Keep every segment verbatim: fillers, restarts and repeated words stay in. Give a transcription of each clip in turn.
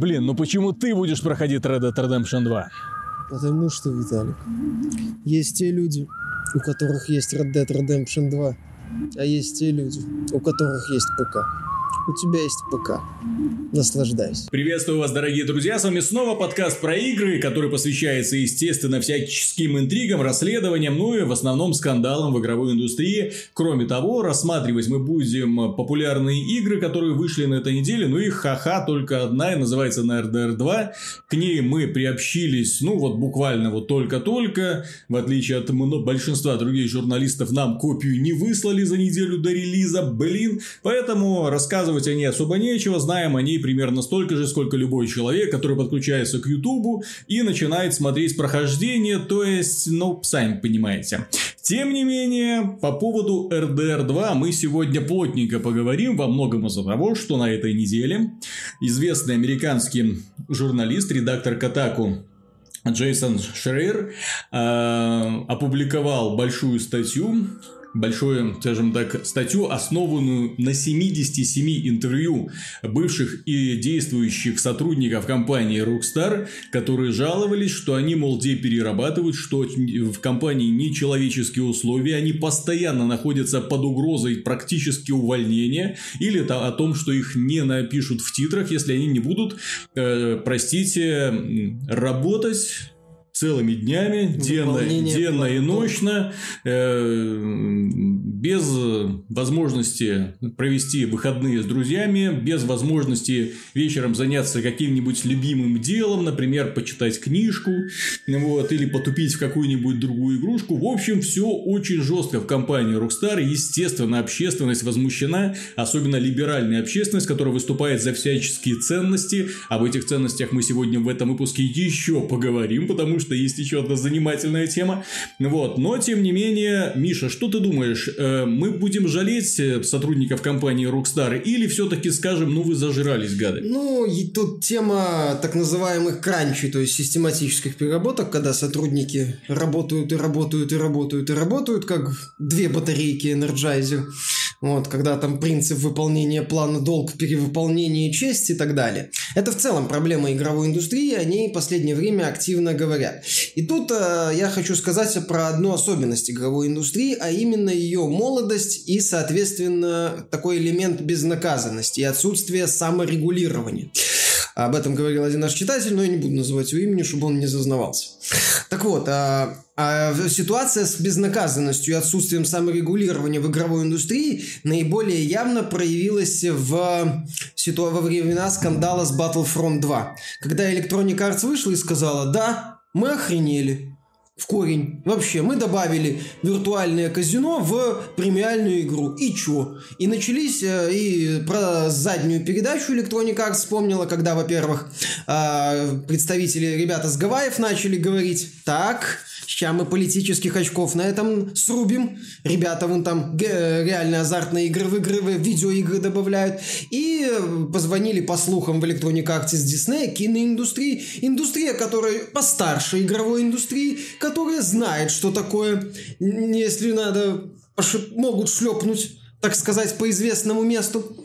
Блин, ну почему ты будешь проходить Red Dead Redemption два? Потому что, Виталик, есть те люди, у которых есть Red Dead Redemption два, а есть те люди, у которых есть ПК. У тебя есть ПК. Наслаждайся. Приветствую вас, дорогие друзья. С вами снова подкаст про игры, который посвящается, естественно, всяческим интригам, расследованиям, ну и в основном скандалам в игровой индустрии. Кроме того, рассматривать мы будем популярные игры, которые вышли на этой неделе. Ну и ха-ха, только одна, и называется она эр ди ар два. К ней мы приобщились, ну вот буквально вот только-только. В отличие от большинства других журналистов, нам копию не выслали за неделю до релиза. Блин. Поэтому рассказывать о ней особо нечего, знаем о ней примерно столько же, сколько любой человек, который подключается к Ютубу и начинает смотреть прохождение, то есть, ну, сами понимаете. Тем не менее, по поводу эр ди ар два мы сегодня плотненько поговорим, во многом из-за того, что на этой неделе известный американский журналист, редактор Kotaku Джейсон Шрейер э, опубликовал большую статью, большую, скажем так, статью, основанную на семидесяти семи интервью бывших и действующих сотрудников компании Rockstar, которые жаловались, что они, мол, где перерабатывают, что в компании нечеловеческие условия, они постоянно находятся под угрозой практически увольнения, или о том, что их не напишут в титрах, если они не будут, э, простите, работать целыми днями, денно, денно и ночно, э, без возможности провести выходные с друзьями, без возможности вечером заняться каким-нибудь любимым делом, например, почитать книжку, вот, или потупить в какую-нибудь другую игрушку. В общем, все очень жестко в компании Rockstar. Естественно, общественность возмущена, особенно либеральная общественность, которая выступает за всяческие ценности. Об этих ценностях мы сегодня в этом выпуске еще поговорим, потому что что есть еще одна занимательная тема. Вот. Но, тем не менее, Миша, что ты думаешь? Мы будем жалеть сотрудников компании Rockstar или все-таки скажем, ну вы зажирались, гады? Ну, и тут тема так называемых кранчей, то есть систематических переработок, когда сотрудники работают и работают и работают и работают, как две батарейки Energizer. Вот, когда там принцип выполнения плана, долг, перевыполнение, честь и так далее. Это в целом проблема игровой индустрии, о ней в последнее время активно говорят. И тут э, я хочу сказать про одну особенность игровой индустрии, а именно ее молодость и, соответственно, такой элемент безнаказанности и отсутствие саморегулирования. Об этом говорил один наш читатель, но я не буду называть его имени, чтобы он не зазнавался. Так вот, а, а ситуация с безнаказанностью и отсутствием саморегулирования в игровой индустрии наиболее явно проявилась в ситу... во времена скандала с Battlefront два. Когда Electronic Arts вышла и сказала: да, мы охренели. В корень. Вообще, мы добавили виртуальное казино в премиальную игру. И чё? И начались, э, и про заднюю передачу Electronic Arts вспомнила, когда, во-первых, э, представители, ребята с Гавайев начали говорить: так, сейчас мы политических очков на этом срубим. Ребята вон там г- реально азартные игры в игры, в видеоигры добавляют. И позвонили по слухам в Electronic Arts из Disney, киноиндустрии. Индустрия, которая постарше игровой индустрии, которая знает, что такое, если надо, могут шлепнуть, так сказать, по известному месту.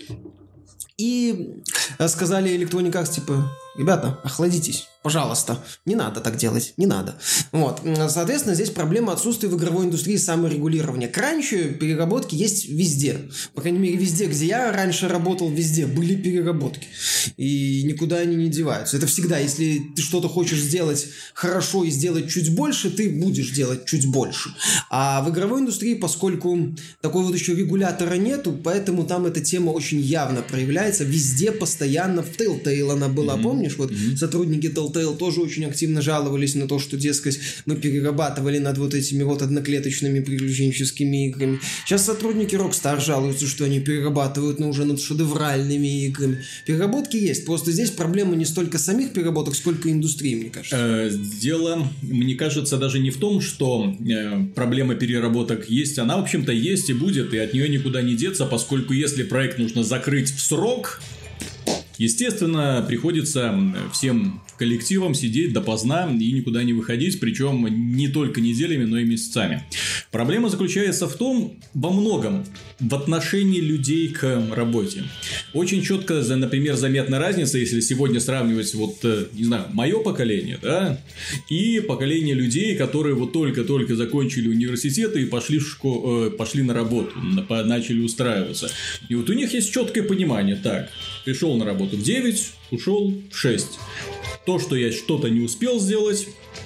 И сказали Electronic Arts, типа: ребята, охладитесь, пожалуйста, не надо так делать, не надо. Вот, соответственно, здесь проблема отсутствия в игровой индустрии саморегулирования. Кранчи, переработки есть везде. По крайней мере, везде, где я раньше работал, везде были переработки. И никуда они не деваются. Это всегда, если ты что-то хочешь сделать хорошо и сделать чуть больше, ты будешь делать чуть больше. А в игровой индустрии, поскольку такого вот еще регулятора нету, поэтому там эта тема очень явно проявляется. Везде, постоянно. В Telltale она была, mm-hmm. помнишь? Вот mm-hmm. сотрудники Telltale тоже очень активно жаловались на то, что, дескать, мы перерабатывали над вот этими вот одноклеточными приключенческими играми. Сейчас сотрудники Rockstar жалуются, что они перерабатывают, но уже над шедевральными играми. Переработки есть. Просто здесь проблема не столько самих переработок, сколько индустрии, мне кажется. Дело, мне кажется, даже не в том, что проблема переработок есть. Она, в общем-то, есть и будет, и от нее никуда не деться, поскольку если проект нужно закрыть в срок, естественно, приходится всем коллективом сидеть допоздна и никуда не выходить, причем не только неделями, но и месяцами. Проблема заключается в том, во многом, в отношении людей к работе. Очень четко, например, заметна разница, если сегодня сравнивать, вот, не знаю, мое поколение, да, и поколение людей, которые вот только-только закончили университеты и пошли, в школу, пошли на работу, начали устраиваться. И вот у них есть четкое понимание, так, пришел на работу в девять, ушел в шесть. То, что я что-то не успел сделать,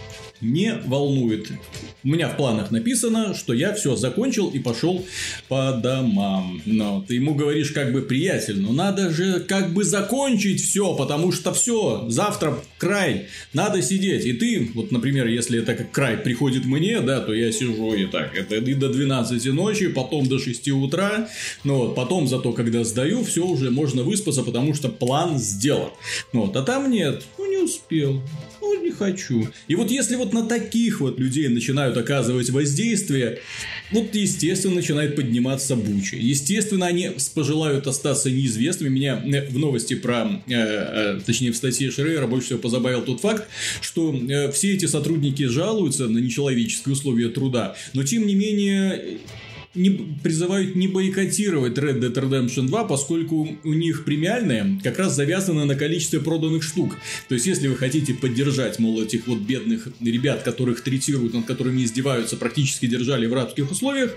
не волнует. У меня в планах написано, что я все закончил и пошел по домам. Но ты ему говоришь, как бы, приятель, ну надо же как бы закончить все, потому что все, завтра край, надо сидеть. И ты, вот, например, если это как край приходит мне, да, то я сижу и так, это и до двенадцати ночи, потом до шести утра, ну вот, потом зато, когда сдаю, все уже можно выспаться, потому что план сделан. Ну вот, а там нет, ну не успел. Ну, не хочу. И вот если вот на таких вот людей начинают оказывать воздействие, вот, естественно, начинает подниматься буча. Естественно, они пожелают остаться неизвестными. Меня в новости про, э, э, точнее, в статье Шрейера больше всего позабавил тот факт, что э, все эти сотрудники жалуются на нечеловеческие условия труда, но, тем не менее... Не, призывают не бойкотировать Red Dead Redemption два, поскольку у них премиальная как раз завязана на количестве проданных штук. То есть, если вы хотите поддержать, мол, этих вот бедных ребят, которых третируют, над которыми издеваются, практически держали в рабских условиях,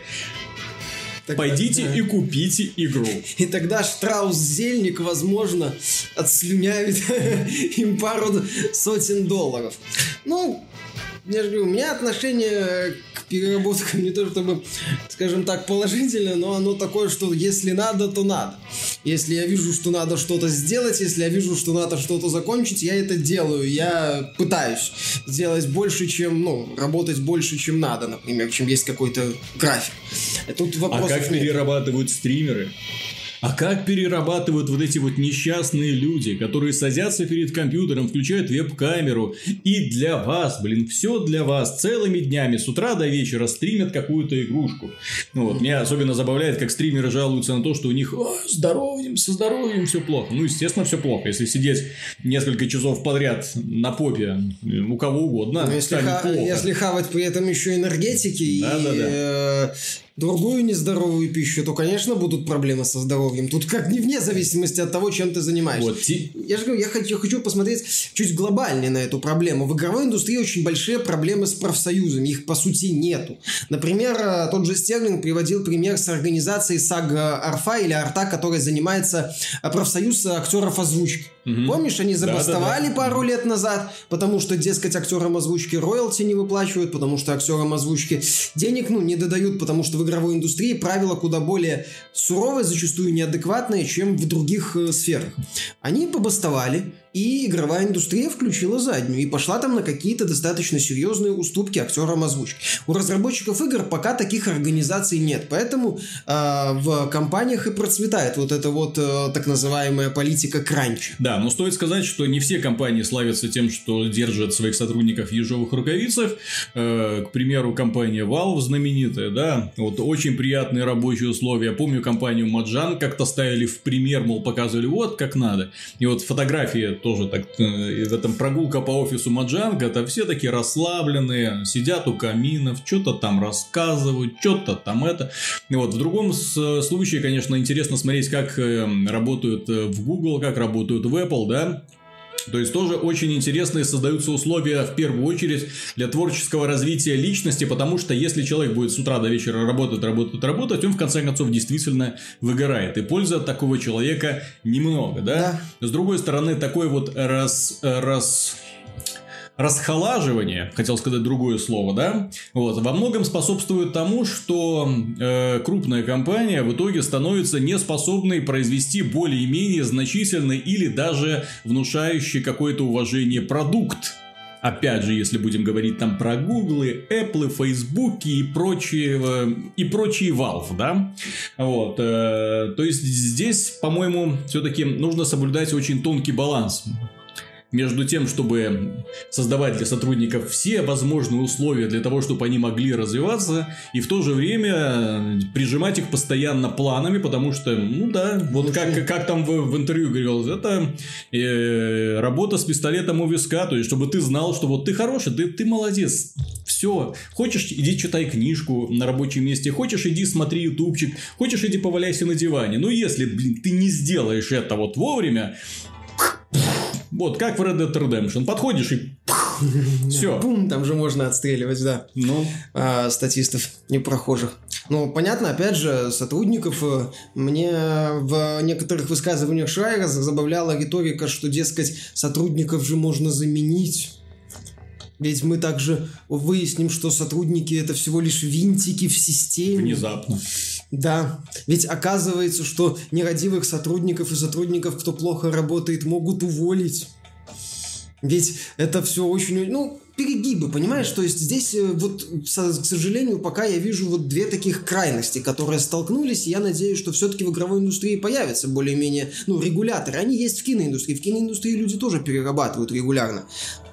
так, пойдите да. и купите игру. И тогда Штраус-Зельник, возможно, отслюнявит им пару сотен долларов. Ну, я же говорю, у меня отношение к переработкам не то чтобы, скажем так, положительное, но оно такое, что если надо, то надо. Если я вижу, что надо что-то сделать, если я вижу, что надо что-то закончить, я это делаю. Я пытаюсь сделать больше, чем, ну, работать больше, чем надо, например, чем есть какой-то график. Тут а как нет. перерабатывают стримеры? А как перерабатывают вот эти вот несчастные люди, которые садятся перед компьютером, включают веб-камеру и для вас, блин, все для вас, целыми днями, с утра до вечера стримят какую-то игрушку. Ну вот, меня особенно забавляет, как стримеры жалуются на то, что у них здоровьем, со здоровьем все плохо. Ну, естественно, все плохо. Если сидеть несколько часов подряд на попе, у кого угодно, если, ха- если хавать при этом еще энергетики да, и... Да, да. Э- другую нездоровую пищу, то, конечно, будут проблемы со здоровьем. Тут как не вне зависимости от того, чем ты занимаешься. Вот. Я же говорю, я хочу, я хочу посмотреть чуть глобальнее на эту проблему. В игровой индустрии очень большие проблемы с профсоюзами. Их, по сути, нету. Например, тот же Стерлинг приводил пример с организацией САГ-АРФА или АРТА, которая занимается профсоюз актеров озвучки. Угу. Помнишь, они забастовали да, да, да. пару лет назад, потому что, дескать, актерам озвучки роялти не выплачивают, потому что актерам озвучки денег, ну, не додают, потому что в игровой индустрии правила куда более суровые, зачастую неадекватные, чем в других э, сферах. Они побастовали, и игровая индустрия включила заднюю и пошла там на какие-то достаточно серьезные уступки актерам озвучки. У разработчиков игр пока таких организаций нет, поэтому э, в компаниях и процветает вот эта вот э, так называемая политика кранча. Да, но стоит сказать, что не все компании славятся тем, что держат своих сотрудников в ежовых рукавицах. Э, к примеру, компания Valve знаменитая, да, вот очень приятные рабочие условия. Я помню компанию Mojang как-то ставили в пример, мол, показывали вот как надо. И вот фотографии тоже так, в этом прогулка по офису Mojang, это все такие расслабленные, сидят у каминов, что-то там рассказывают, что-то там это. И вот в другом случае, конечно, интересно смотреть, как работают в Google, как работают в Apple, да. То есть, тоже очень интересные создаются условия, в первую очередь, для творческого развития личности, потому что если человек будет с утра до вечера работать, работать, работать, он, в конце концов, действительно выгорает. И пользы от такого человека немного, да? Да. С другой стороны, такой вот раз... раз... расхолаживание, хотел сказать другое слово, да, вот, во многом способствует тому, что э, крупная компания в итоге становится неспособной произвести более-менее значительный или даже внушающий какое-то уважение продукт. Опять же, если будем говорить там про Google, Apple, Facebook и прочие, и прочие Valve, да, вот, э, то есть здесь, по-моему, все-таки нужно соблюдать очень тонкий баланс. между тем, чтобы создавать для сотрудников все возможные условия для того, чтобы они могли развиваться, и в то же время прижимать их постоянно планами, потому что, ну да, вот как, как там в, в интервью говорил, это э, работа с пистолетом у виска, то есть, чтобы ты знал, что вот ты хороший, ты, ты молодец, все, хочешь, иди читай книжку на рабочем месте, хочешь, иди смотри ютубчик, хочешь, иди поваляйся на диване, но если, блин, ты не сделаешь это вот вовремя, вот, как в Red Dead Redemption. Подходишь и... Все. Бум, там же можно отстреливать, да. Ну. А, статистов непрохожих. Ну, понятно, опять же, сотрудников. Мне в некоторых высказываниях Шрайера забавляла риторика, что, дескать, сотрудников же можно заменить. Ведь мы также выясним, что сотрудники – это всего лишь винтики в системе. Внезапно. Да, ведь оказывается, что нерадивых сотрудников и сотрудников, кто плохо работает, могут уволить. Ведь это все очень, ну, перегибы, понимаешь? То есть здесь вот, к сожалению, пока я вижу вот две таких крайности, которые столкнулись, и я надеюсь, что все-таки в игровой индустрии появятся более-менее, ну, регуляторы. Они есть в киноиндустрии. В киноиндустрии люди тоже перерабатывают регулярно.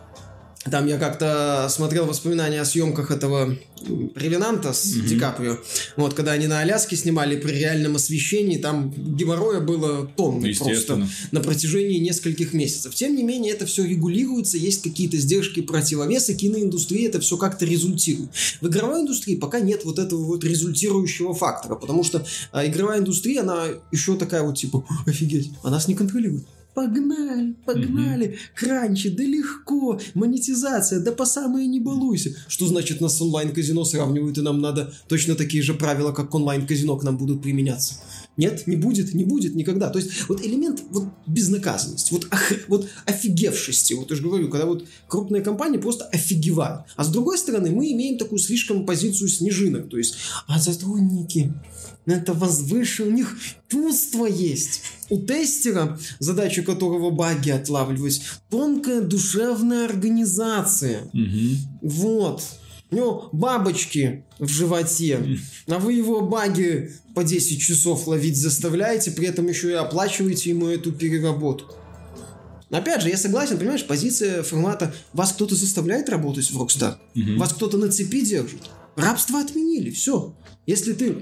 Там я как-то смотрел воспоминания о съемках этого «Ревенанта» с mm-hmm. Ди Каприо. Вот, когда они на Аляске снимали при реальном освещении, там геморроя было тонны просто на протяжении нескольких месяцев. Тем не менее, это все регулируется, есть какие-то сдержки, противовесы, киноиндустрия это все как-то результирует. В игровой индустрии пока нет вот этого вот результирующего фактора, потому что а, игровая индустрия, она еще такая вот типа, офигеть, а нас не контролирует. Погнали, погнали, mm-hmm. кранчи, да легко, монетизация, да по самое не балуйся. Что значит нас с онлайн-казино сравнивают, и нам надо точно такие же правила, как онлайн-казино к нам будут применяться? Нет, не будет, не будет никогда. То есть вот элемент вот безнаказанности, вот, ох, вот офигевшести, вот я же говорю, когда вот крупные компании просто офигевают. А с другой стороны, мы имеем такую слишком позицию снежинок, то есть, а сотрудники... Это возвыше, у них чувство есть. У тестера, задача которого баги отлавливать, тонкая душевная организация. Угу. Вот. У него бабочки в животе, а вы его баги по десять часов ловить заставляете, при этом еще и оплачиваете ему эту переработку. Опять же, я согласен, понимаешь, позиция формата «вас кто-то заставляет работать в Rockstar», угу. «вас кто-то на цепи держит». Рабство отменили, все. Если ты...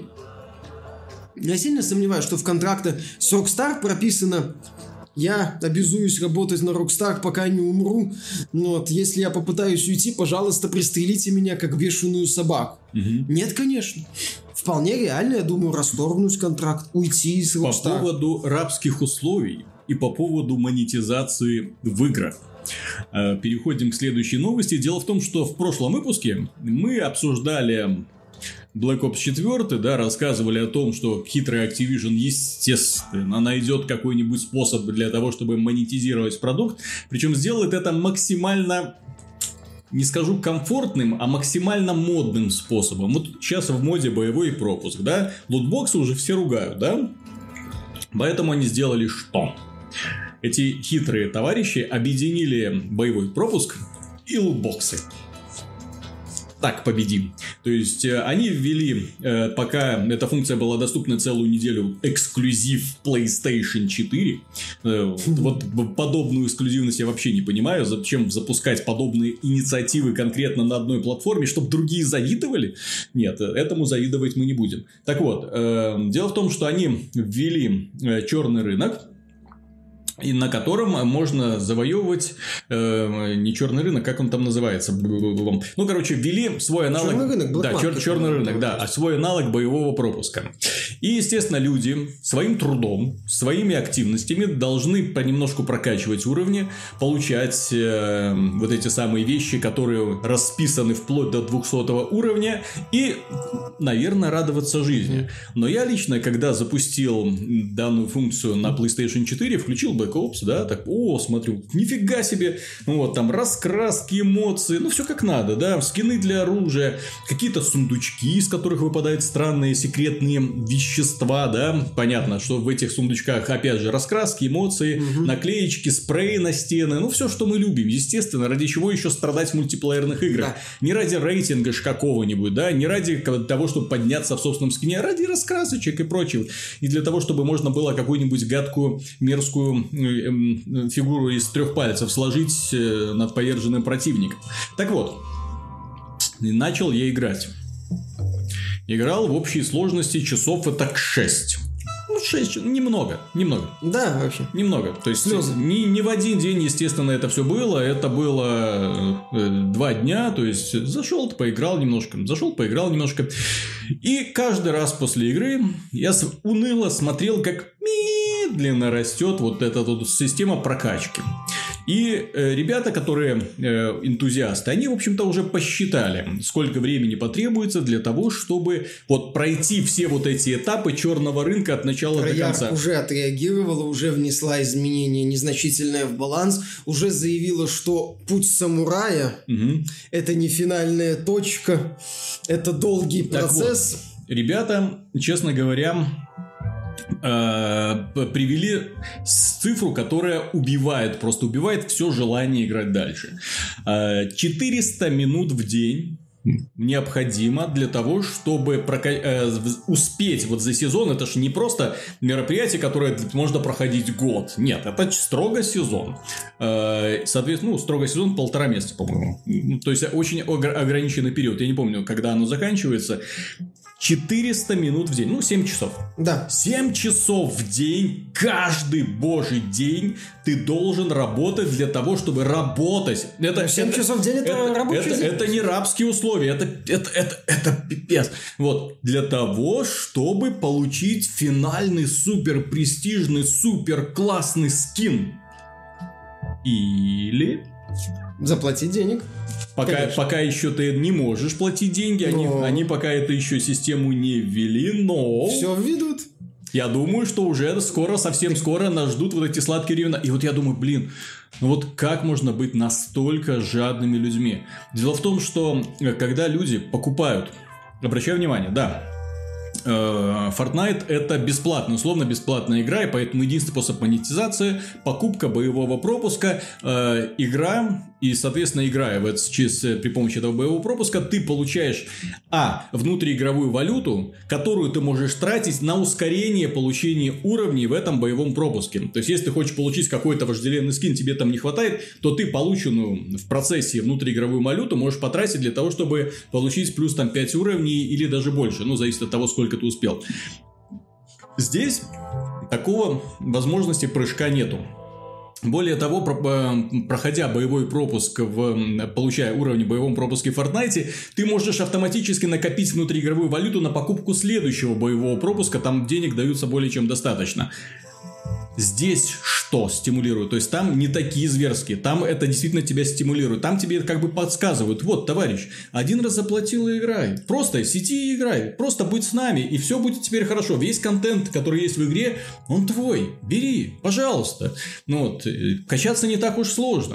Я сильно сомневаюсь, что в контракте с Rockstar прописано «я обязуюсь работать на Rockstar, пока не умру, но вот, если я попытаюсь уйти, пожалуйста, пристрелите меня, как бешеную собаку». Угу. Нет, конечно. Вполне реально, я думаю, расторгнуть контракт, уйти из Rockstar. По поводу рабских условий и по поводу монетизации в играх. Переходим к следующей новости. Дело в том, что в прошлом выпуске мы обсуждали... Black Ops четыре, да, рассказывали о том, что хитрый Activision, естественно, найдет какой-нибудь способ для того, чтобы монетизировать продукт, причем сделает это максимально, не скажу комфортным, а максимально модным способом. Вот сейчас в моде боевой пропуск, да, лутбоксы уже все ругают, да, поэтому они сделали что? Эти хитрые товарищи объединили боевой пропуск и лутбоксы. Так победим. То есть, э, они ввели, э, пока эта функция была доступна целую неделю, эксклюзив PlayStation четыре. Э, вот подобную эксклюзивность я вообще не понимаю. Зачем запускать подобные инициативы конкретно на одной платформе, чтобы другие завидовали? Нет, этому завидовать мы не будем. Так вот, э, дело в том, что они ввели э, черный рынок, и на котором можно завоевывать э, не черный рынок, как он там называется. Ну, короче, ввели свой аналог. Черный рынок, да, чер- черный рынок, да, а свой аналог боевого пропуска. И, естественно, люди своим трудом, своими активностями должны понемножку прокачивать уровни, получать э, вот эти самые вещи, которые расписаны вплоть до двухсотого уровня, и, наверное, радоваться жизни. Но я лично, когда запустил данную функцию на PlayStation четыре, включил Black Ops, да, так, о, смотрю, нифига себе, вот, там, раскраски, эмоции, ну, все как надо, да, скины для оружия, какие-то сундучки, из которых выпадают странные секретные вещества, да, понятно, что в этих сундучках, опять же, раскраски, эмоции, угу. наклеечки, спреи на стены, ну, все, что мы любим, естественно, ради чего еще страдать в мультиплеерных играх, да. Не ради рейтинга ж какого-нибудь, да, не ради того, чтобы подняться в собственном скине, а ради раскрасочек и прочего, и для того, чтобы можно было какую-нибудь гадкую, мерзкую фигуру из трех пальцев сложить над поверженным противником. Так вот, начал я играть. Играл в общей сложности часов это шесть. Ну, шесть, немного, немного. Да, вообще. Немного. То есть, слезы. Не, не в один день, естественно, это все было. Это было э, два дня. То есть, зашел, поиграл немножко. Зашел, поиграл немножко. И каждый раз после игры я уныло смотрел, как медленно растет вот эта вот система прокачки. И э, ребята, которые э, энтузиасты, они, в общем-то, уже посчитали, сколько времени потребуется для того, чтобы вот пройти все вот эти этапы черного рынка от начала Рояр до конца. Уже отреагировала, уже внесла изменения незначительное в баланс, уже заявила, что путь самурая угу. это не финальная точка, это долгий процесс. Так вот, ребята, честно говоря, привели цифру, которая убивает, просто убивает все желание играть дальше. четыреста минут в день необходимо для того, чтобы прока... успеть вот за сезон. Это же не просто мероприятие, которое можно проходить год. Нет, это строго сезон. Соответственно, ну, строго сезон полтора месяца, по-моему. То есть, очень ограниченный период. Я не помню, когда оно заканчивается. четыреста минут в день. Ну, семь часов. Да. семь часов в день, каждый божий день ты должен работать для того, чтобы работать. Это, семь это, часов в день это, это рабочий это, день. Это не рабские условия. Это, это, это, это пипец. Вот. Для того, чтобы получить финальный супер престижный, супер классный скин. Или... заплатить денег. Пока, пока еще ты не можешь платить деньги, они, они пока эту еще систему не ввели, но... Все введут. Я думаю, что уже скоро, совсем скоро нас ждут вот эти сладкие времена. И вот я думаю, блин, ну вот как можно быть настолько жадными людьми? Дело в том, что когда люди покупают... Обращаю внимание, да... Fortnite это бесплатная, условно бесплатная игра, и поэтому единственный способ монетизации – покупка боевого пропуска, э, игра, и, соответственно, играя в это, при помощи этого боевого пропуска, ты получаешь, а, внутриигровую валюту, которую ты можешь тратить на ускорение получения уровней в этом боевом пропуске. То есть, если ты хочешь получить какой-то вожделенный скин, тебе там не хватает, то ты полученную в процессе внутриигровую валюту можешь потратить для того, чтобы получить плюс там пять уровней или даже больше, ну, зависит от того, сколько ты успел. Здесь такого возможности прыжка нету. Более того, проходя боевой пропуск, в, получая уровни в боевом пропуске в Fortnite, ты можешь автоматически накопить внутриигровую валюту на покупку следующего боевого пропуска, там денег даются более чем достаточно. Здесь что стимулирует? То есть, там не такие зверские. Там это действительно тебя стимулирует. Там тебе как бы подсказывают. Вот, товарищ, один раз заплатил и играй. Просто сиди и играй. Просто будь с нами. И все будет теперь хорошо. Весь контент, который есть в игре, он твой. Бери, пожалуйста. Ну вот, качаться не так уж сложно.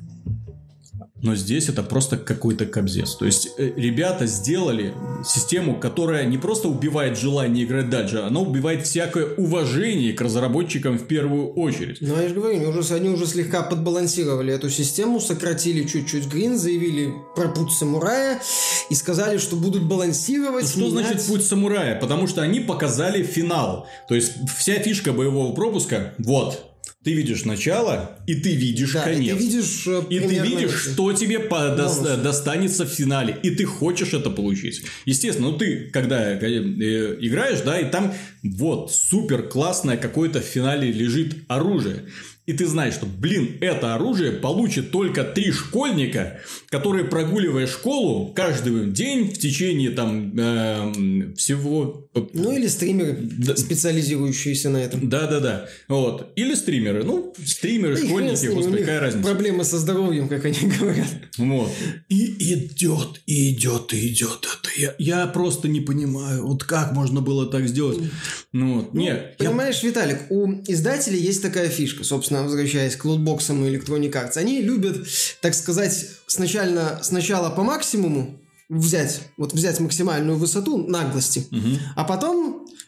Но здесь это просто какой-то кобзец. То есть, ребята сделали систему, которая не просто убивает желание играть дальше, она убивает всякое уважение к разработчикам в первую очередь. Ну, я же говорю, они уже, они уже слегка подбалансировали эту систему, сократили чуть-чуть грин, заявили про путь самурая и сказали, что будут балансировать. Что менять... значит путь самурая? Потому что они показали финал. То есть, вся фишка боевого пропуска, вот... Ты видишь начало, и ты видишь да, конец. И ты видишь, и ты видишь, что тебе подос- достанется в финале. И ты хочешь это получить. Естественно, ну ты, когда э, играешь, да, и там вот супер классное какое-то в финале лежит оружие. И ты знаешь, что, блин, это оружие получит только три школьника, которые, прогуливая школу каждый день в течение там э, всего... Ну, или стримеры, да. специализирующиеся на этом. Да-да-да. Вот. Или стримеры. Ну, стримеры, да школьники, господи, какая разница. Проблемы со здоровьем, как они говорят. Вот. И идет, и идет, и идет это. Я, я просто не понимаю, вот как можно было так сделать. Ну, вот. Ну, Нет, понимаешь, я... Виталик, у издателей есть такая фишка, собственно, возвращаясь к лутбоксам и Electronic Arts. Они любят, так сказать, сначала, сначала по максимуму взять, вот взять максимальную высоту наглости, угу. а потом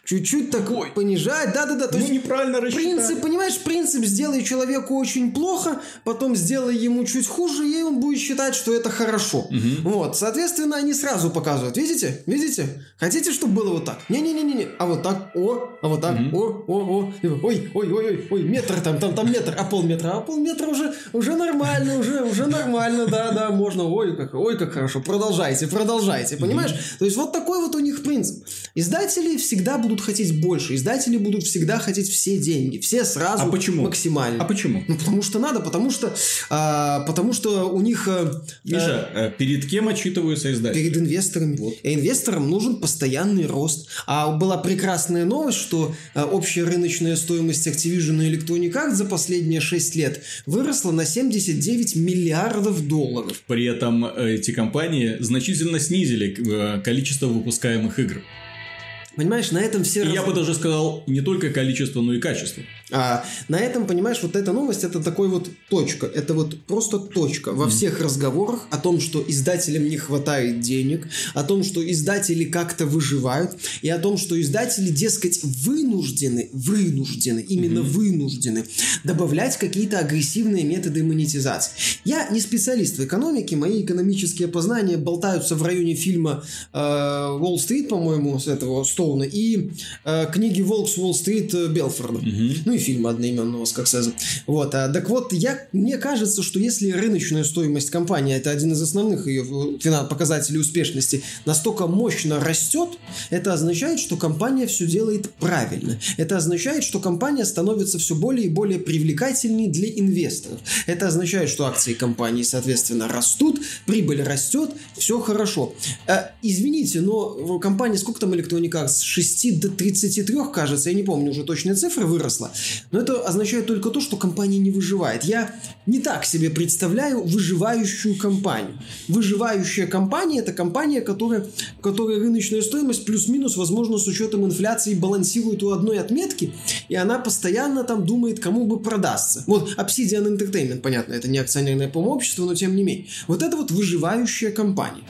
Чуть-чуть так Ой. понижать. Да-да-да. Мы неправильно рассчитали. Принцип, понимаешь, принцип «сделай человеку очень плохо, потом сделай ему чуть хуже, и он будет считать, что это хорошо». Угу. Вот. Соответственно, они сразу показывают. Видите? Видите? Хотите, чтобы было вот так? Не-не-не-не. А вот так. О. А вот так. Угу. О. О. О. Ой. Ой. Ой. Ой. Метр там. Там, там метр. А полметра. А полметра уже, уже нормально. Уже, уже нормально. Да-да. Можно. Ой, как, ой, как хорошо. Продолжайте. Продолжайте. Понимаешь? Угу. То есть, вот такой вот у них принцип. Издатели всегда будут хотеть больше. Издатели будут всегда хотеть все деньги. Все сразу а почему? максимально. А почему? Ну, потому что надо, потому что, а, потому что у них... А, Миша, а, перед кем отчитываются издатели? Перед инвесторами. Вот. И инвесторам нужен постоянный рост. А была прекрасная новость, что а, общая рыночная стоимость Activision и Electronic Arts за последние шесть лет выросла на семьдесят девять миллиардов долларов. При этом эти компании значительно снизили количество выпускаемых игр. Понимаешь, на этом все... И раз... я бы даже сказал, не только количество, но и качество. А на этом, понимаешь, вот эта новость, это такой вот точка. Это вот просто точка во mm. всех разговорах о том, что издателям не хватает денег, о том, что издатели как-то выживают, и о том, что издатели, дескать, вынуждены, вынуждены, именно mm-hmm. вынуждены добавлять какие-то агрессивные методы монетизации. Я не специалист в экономике, мои экономические познания болтаются в районе фильма э, «Уолл-стрит», по-моему, с этого Стоуна, и э, книги «Волк с Уолл-стрит» Белфорда. Mm-hmm. Ну и фильма одноименного Скорсезе. Вот. А, так вот, я, мне кажется, что если рыночная стоимость компании, это один из основных ее показателей успешности, настолько мощно растет, это означает, что компания все делает правильно. Это означает, что компания становится все более и более привлекательней для инвесторов. Это означает, что акции компании, соответственно, растут, прибыль растет, все хорошо. А, извините, но компания, сколько там Electronic Arts? С шести до тридцати трёх, кажется, я не помню уже точные цифры, выросла. Но это означает только то, что компания не выживает. Я не так себе представляю выживающую компанию. Выживающая компания – это компания, которая, которая рыночная стоимость плюс-минус, возможно, с учетом инфляции балансирует у одной отметки, и она постоянно там думает, кому бы продастся. Вот Obsidian Entertainment, понятно, это не акционерное, по-моему, общество, но тем не менее. Вот это вот выживающая компания.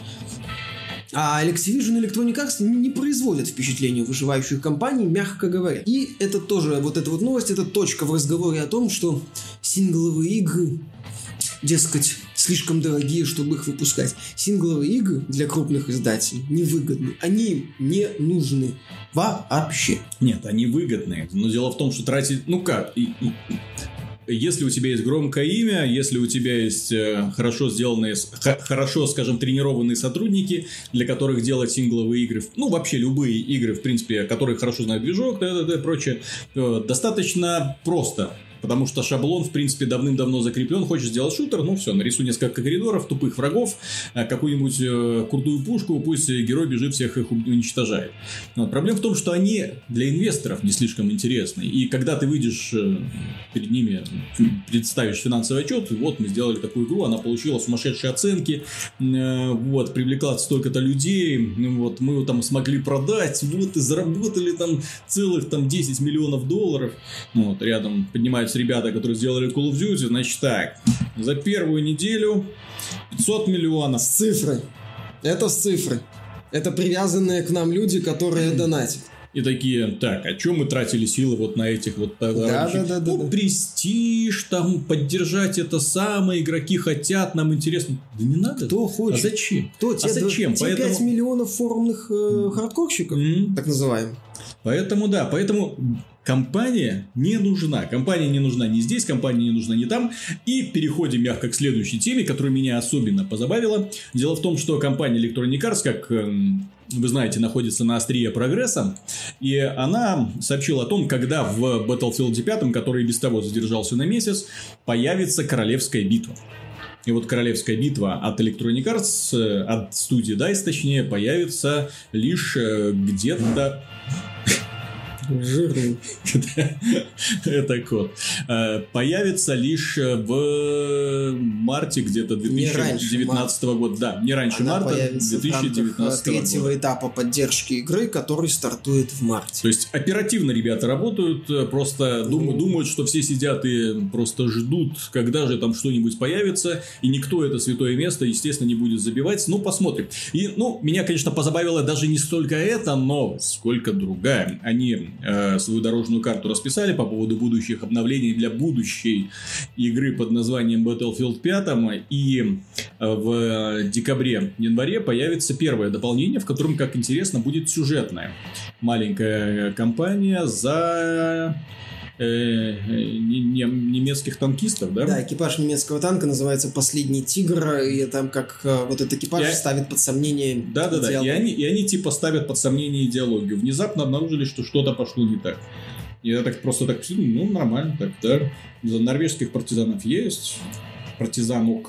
А Activision и Electronic Arts не производят впечатление выживающих компаний, мягко говоря. И это тоже, вот эта вот новость, это точка в разговоре о том, что сингловые игры, дескать, слишком дорогие, чтобы их выпускать. Сингловые игры для крупных издателей невыгодны. Они не нужны вообще. Нет, они выгодны. Но дело в том, что тратить... Ну как... И, и... Если у тебя есть громкое имя, если у тебя есть э, хорошо сделанные, х- хорошо, скажем, тренированные сотрудники, для которых делать сингловые игры, ну, вообще любые игры, в принципе, которые хорошо знают движок, т.д. и прочее, э, достаточно просто. Потому что шаблон, в принципе, давным-давно закреплен. Хочешь сделать шутер, ну все, нарисуй несколько коридоров, тупых врагов, какую-нибудь э, крутую пушку, пусть герой бежит, всех их уничтожает. Но проблема в том, что они для инвесторов не слишком интересны. И когда ты выйдешь э, перед ними, представишь финансовый отчет, вот мы сделали такую игру, она получила сумасшедшие оценки, э, вот, привлекла столько-то людей, вот, мы его там смогли продать, вот, и заработали там целых там десять миллионов долларов. Вот, рядом поднимаются ребята, которые сделали Call of Duty, значит так, за первую неделю пятьсот миллионов. С цифрой. Это с цифрой. Это привязанные к нам люди, которые донатят. И такие, так, а чем мы тратили силы вот на этих вот товарищей? Да, да, да, ну, да, да. Престиж, там, поддержать это самое, игроки хотят, нам интересно. Да не надо. Кто хочет? А зачем? Кто? А те, зачем? Те Поэтому... пять миллионов форумных э, хардкорщиков, mm-hmm. так называемых. Поэтому, да, поэтому... Компания не нужна. Компания не нужна ни здесь, компания не нужна ни там. И переходим мягко к следующей теме, которая меня особенно позабавила. Дело в том, что компания Electronic Arts, как вы знаете, находится на острие прогресса. И она сообщила о том, когда в Battlefield пять, который без того задержался на месяц, появится Королевская битва. И вот Королевская битва от Electronic Arts, от студии дайс, точнее, появится лишь где-то... Жирный. Это код. Появится лишь в марте где-то две тысячи девятнадцатого года. Да, не раньше марта две тысячи девятнадцатого года. Третьего этапа поддержки игры, который стартует в марте. То есть оперативно ребята работают, просто дум- думают, что все сидят и просто ждут, когда же там что-нибудь появится, и никто это святое место, естественно, не будет забивать. Ну, посмотрим. И, ну, меня, конечно, позабавило даже не столько эта новость, сколько другая. Они э, свою дорожную карту расписали по поводу будущих обновлений для будущей игры под названием Battlefield пять, и в декабре-январе появится первое дополнение, в котором, как интересно, будет сюжетная маленькая кампания за э, не, не, немецких танкистов, да? Да, экипаж немецкого танка называется «Последний тигр», и там как э, вот этот экипаж и... ставит под сомнение Да-да-да, и они, и они типа ставят под сомнение идеологию. Внезапно обнаружили, что что-то пошло не так. Я так просто так, ну, нормально так, да. За норвежских партизанов есть, партизанок.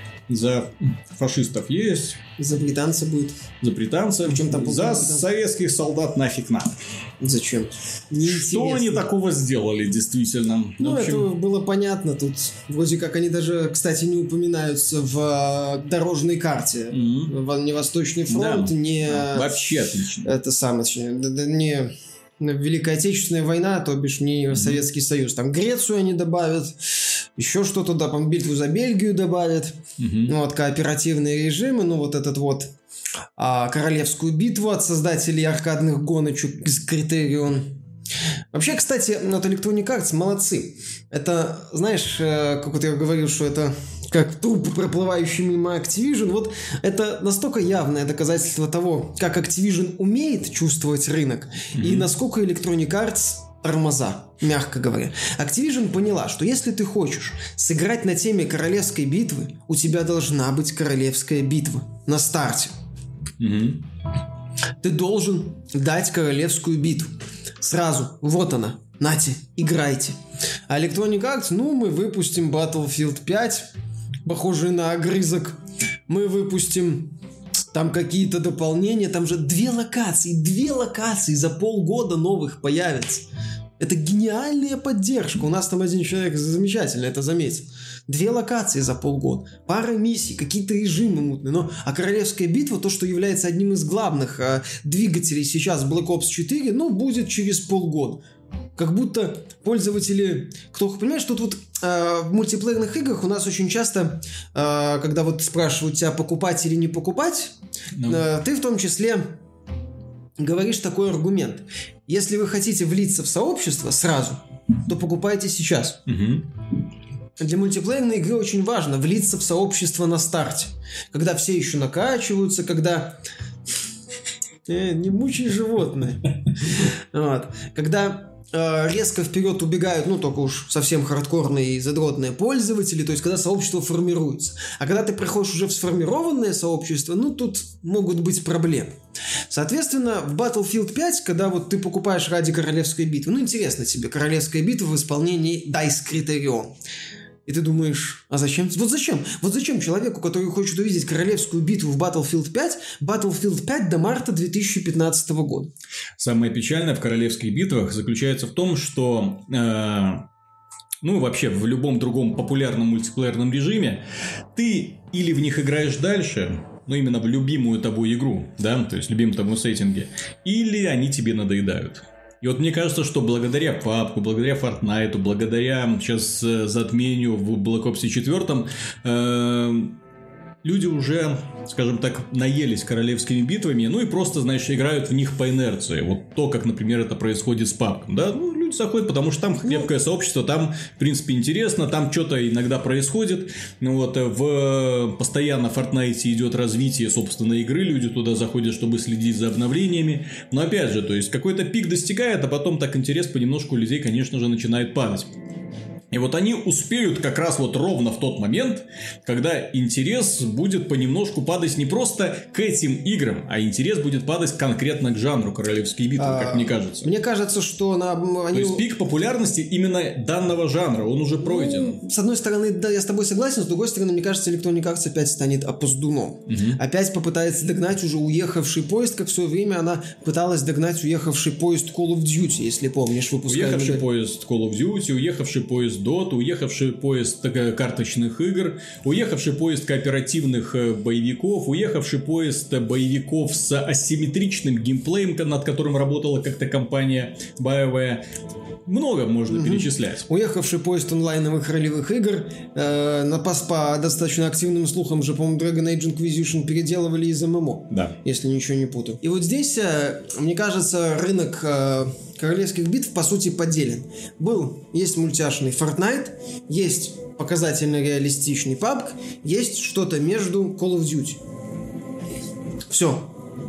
За фашистов есть. За британца будет. За британцев. Причем там за британцев. Советских солдат нафиг надо. Зачем? Что они такого сделали, действительно? Ну, в общем... это было понятно. Тут вроде как они даже, кстати, не упоминаются в дорожной карте. Mm-hmm. Ни Восточный фронт, да. ни... Вообще отлично. Это самое, не... Великая Отечественная война, то бишь не mm-hmm. Советский Союз. Там Грецию они добавят, еще что-то, да, там битву за Бельгию добавят. Mm-hmm. Ну, вот кооперативные режимы, ну, вот этот вот а, королевскую битву от создателей аркадных гоночек из Критерион. Вообще, кстати, вот Electronic Arts молодцы. Это, знаешь, как вот я говорил, что это как труп, проплывающий мимо Activision, вот это настолько явное доказательство того, как Activision умеет чувствовать рынок, mm-hmm. и насколько Electronic Arts тормоза, мягко говоря. Activision поняла, что если ты хочешь сыграть на теме королевской битвы, у тебя должна быть королевская битва на старте. Mm-hmm. Ты должен дать королевскую битву. Сразу, вот она, нате, играйте. А Electronic Arts, ну, мы выпустим Battlefield пять, похожий на огрызок. Мы выпустим там какие-то дополнения. Там же две локации, две локации за полгода новых появятся. Это гениальная поддержка. У нас там один человек замечательно это заметил. Две локации за полгода, пара миссий, какие-то режимы мутные. Но, а Королевская битва, то, что является одним из главных э, двигателей сейчас Black Ops четыре, ну, будет через полгода. Как будто пользователи... Кто понимаешь, тут вот э, в мультиплеерных играх у нас очень часто, э, когда вот спрашивают тебя, покупать или не покупать, no. э, ты в том числе говоришь такой аргумент. Если вы хотите влиться в сообщество сразу, то покупайте сейчас. Mm-hmm. Для мультиплеерной игры очень важно влиться в сообщество на старте. Когда все еще накачиваются, когда... Э, не мучай животное. Вот. Когда э, резко вперед убегают, ну, только уж совсем хардкорные и задротные пользователи, то есть, когда сообщество формируется. А когда ты приходишь уже в сформированное сообщество, ну, тут могут быть проблемы. Соответственно, в Battlefield пять, когда вот ты покупаешь ради королевской битвы, ну, интересно тебе, королевская битва в исполнении дайс Criterion. И ты думаешь, а зачем? Вот зачем? Вот зачем человеку, который хочет увидеть королевскую битву в Battlefield пять, Battlefield пять до марта две тысячи пятнадцатого года? Самое печальное в королевских битвах заключается в том, что... Э- ну, вообще, в любом другом популярном мультиплеерном режиме ты или в них играешь дальше, ну, именно в любимую тобой игру, да, то есть в любимом тобой сеттинге, или они тебе надоедают. И вот мне кажется, что благодаря пабгу, благодаря Fortnite, благодаря сейчас затмению в Black Ops четыре, э, люди уже, скажем так, наелись королевскими битвами, ну и просто, знаешь, играют в них по инерции. Вот то, как, например, это происходит с пабгом, да, ну, люди заходят, потому что там крепкое сообщество, там, в принципе, интересно, там что-то иногда происходит, ну, вот, в постоянно в Fortnite идет развитие, собственно, игры, люди туда заходят, чтобы следить за обновлениями, но, опять же, то есть, какой-то пик достигает, а потом так интерес понемножку у людей, конечно же, начинает падать. И вот они успеют как раз вот ровно в тот момент, когда интерес будет понемножку падать не просто к этим играм, а интерес будет падать конкретно к жанру королевские битвы, а, как мне кажется. Мне кажется, что на... Они... То есть пик популярности именно данного жанра, он уже пройден. Ну, с одной стороны, да, я с тобой согласен, с другой стороны, мне кажется, Electronic Arts опять станет опоздуном. Угу. Опять попытается догнать уже уехавший поезд, как в свое время она пыталась догнать уехавший поезд Call of Duty, если помнишь, выпускали. Уехавший поезд Call of Duty, уехавший поезд Dota, уехавший поезд карточных игр, уехавший поезд кооперативных боевиков, уехавший поезд боевиков с асимметричным геймплеем, над которым работала как-то компания BioWare. Много можно угу. перечислять. Уехавший поезд онлайновых ролевых игр. Э, на пас по достаточно активным слухам же, по-моему, Dragon Age Inquisition переделывали из эм эм о. Да. Если ничего не путаю. И вот здесь, э, мне кажется, рынок э, королевских битв, по сути, поделен. Был, есть мультяшный Fortnite, есть показательно реалистичный пабг, есть что-то между Call of Duty. Все.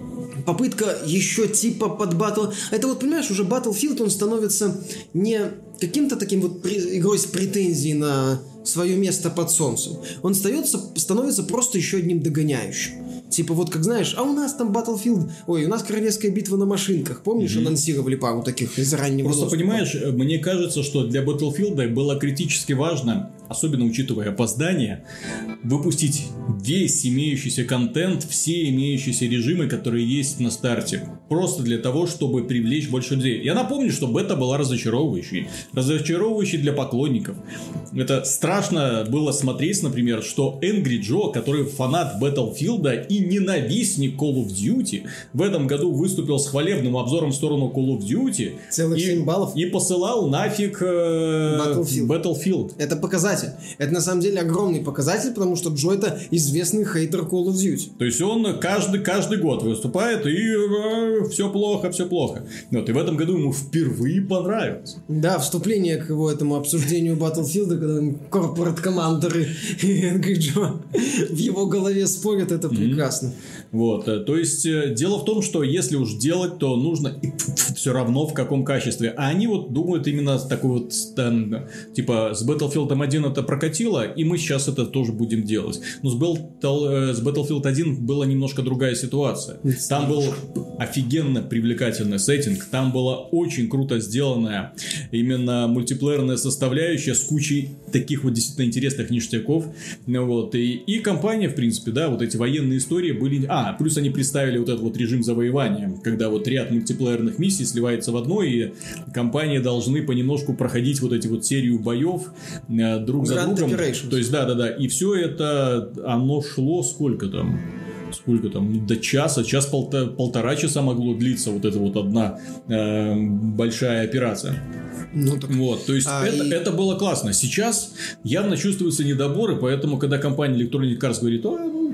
Попытка еще типа под Battle... Это вот, понимаешь, уже Battlefield, он становится не каким-то таким вот при... игрой с претензией на свое место под солнцем. Он остается, становится просто еще одним догоняющим. Типа вот как знаешь, а у нас там Battlefield... Ой, у нас королевская битва на машинках. Помнишь, mm-hmm. анонсировали пару таких из раннего Просто доступа. Понимаешь, мне кажется, что для Battlefield было критически важно, особенно учитывая опоздание, выпустить весь имеющийся контент, все имеющиеся режимы, которые есть на старте. Просто для того, чтобы привлечь больше людей. Я напомню, что бета была разочаровывающей. Разочаровывающей для поклонников. Это страшно было смотреть, например, что Angry Joe, который фанат Battlefield и ненавистник Call of Duty, в этом году выступил с хвалебным обзором в сторону Call of Duty. Целых и, семь баллов. И посылал нафиг э, Battlefield. Battlefield. Это показатель. Это на самом деле огромный показатель, потому что Джо это известный хейтер Call of Duty. То есть он каждый, каждый год выступает и э, все плохо, все плохо. Вот, и в этом году ему впервые понравилось. Да, вступление к его этому обсуждению Battlefield, когда корпорат-командеры и Angry Joe в его голове спорят, это прекрасно. Mm-hmm. Вот, то есть дело в том, что если уж делать, то нужно все равно в каком качестве. А они вот думают именно такой вот там, типа с Battlefield один это прокатило, и мы сейчас это тоже будем делать. Но с, Battle, с Battlefield один была немножко другая ситуация. Там был офигенно привлекательный сеттинг, там была очень круто сделанная именно мультиплеерная составляющая с кучей таких вот действительно интересных ништяков. Вот. И, и компания, в принципе, да, вот эти военные истории были... А, плюс они представили вот этот вот режим завоевания, когда вот ряд мультиплеерных миссий сливается в одно, и компании должны понемножку проходить вот эти вот серию боев э, друг за другом. То есть, да-да-да. И все это, оно шло сколько там? Сколько там? До часа, час полтора, полтора часа могло длиться вот эта вот одна э, большая операция. Ну, так... Вот, то есть а, это, и... это было классно. Сейчас явно чувствуются недоборы, поэтому когда компания Electronic Arts говорит, а, ну,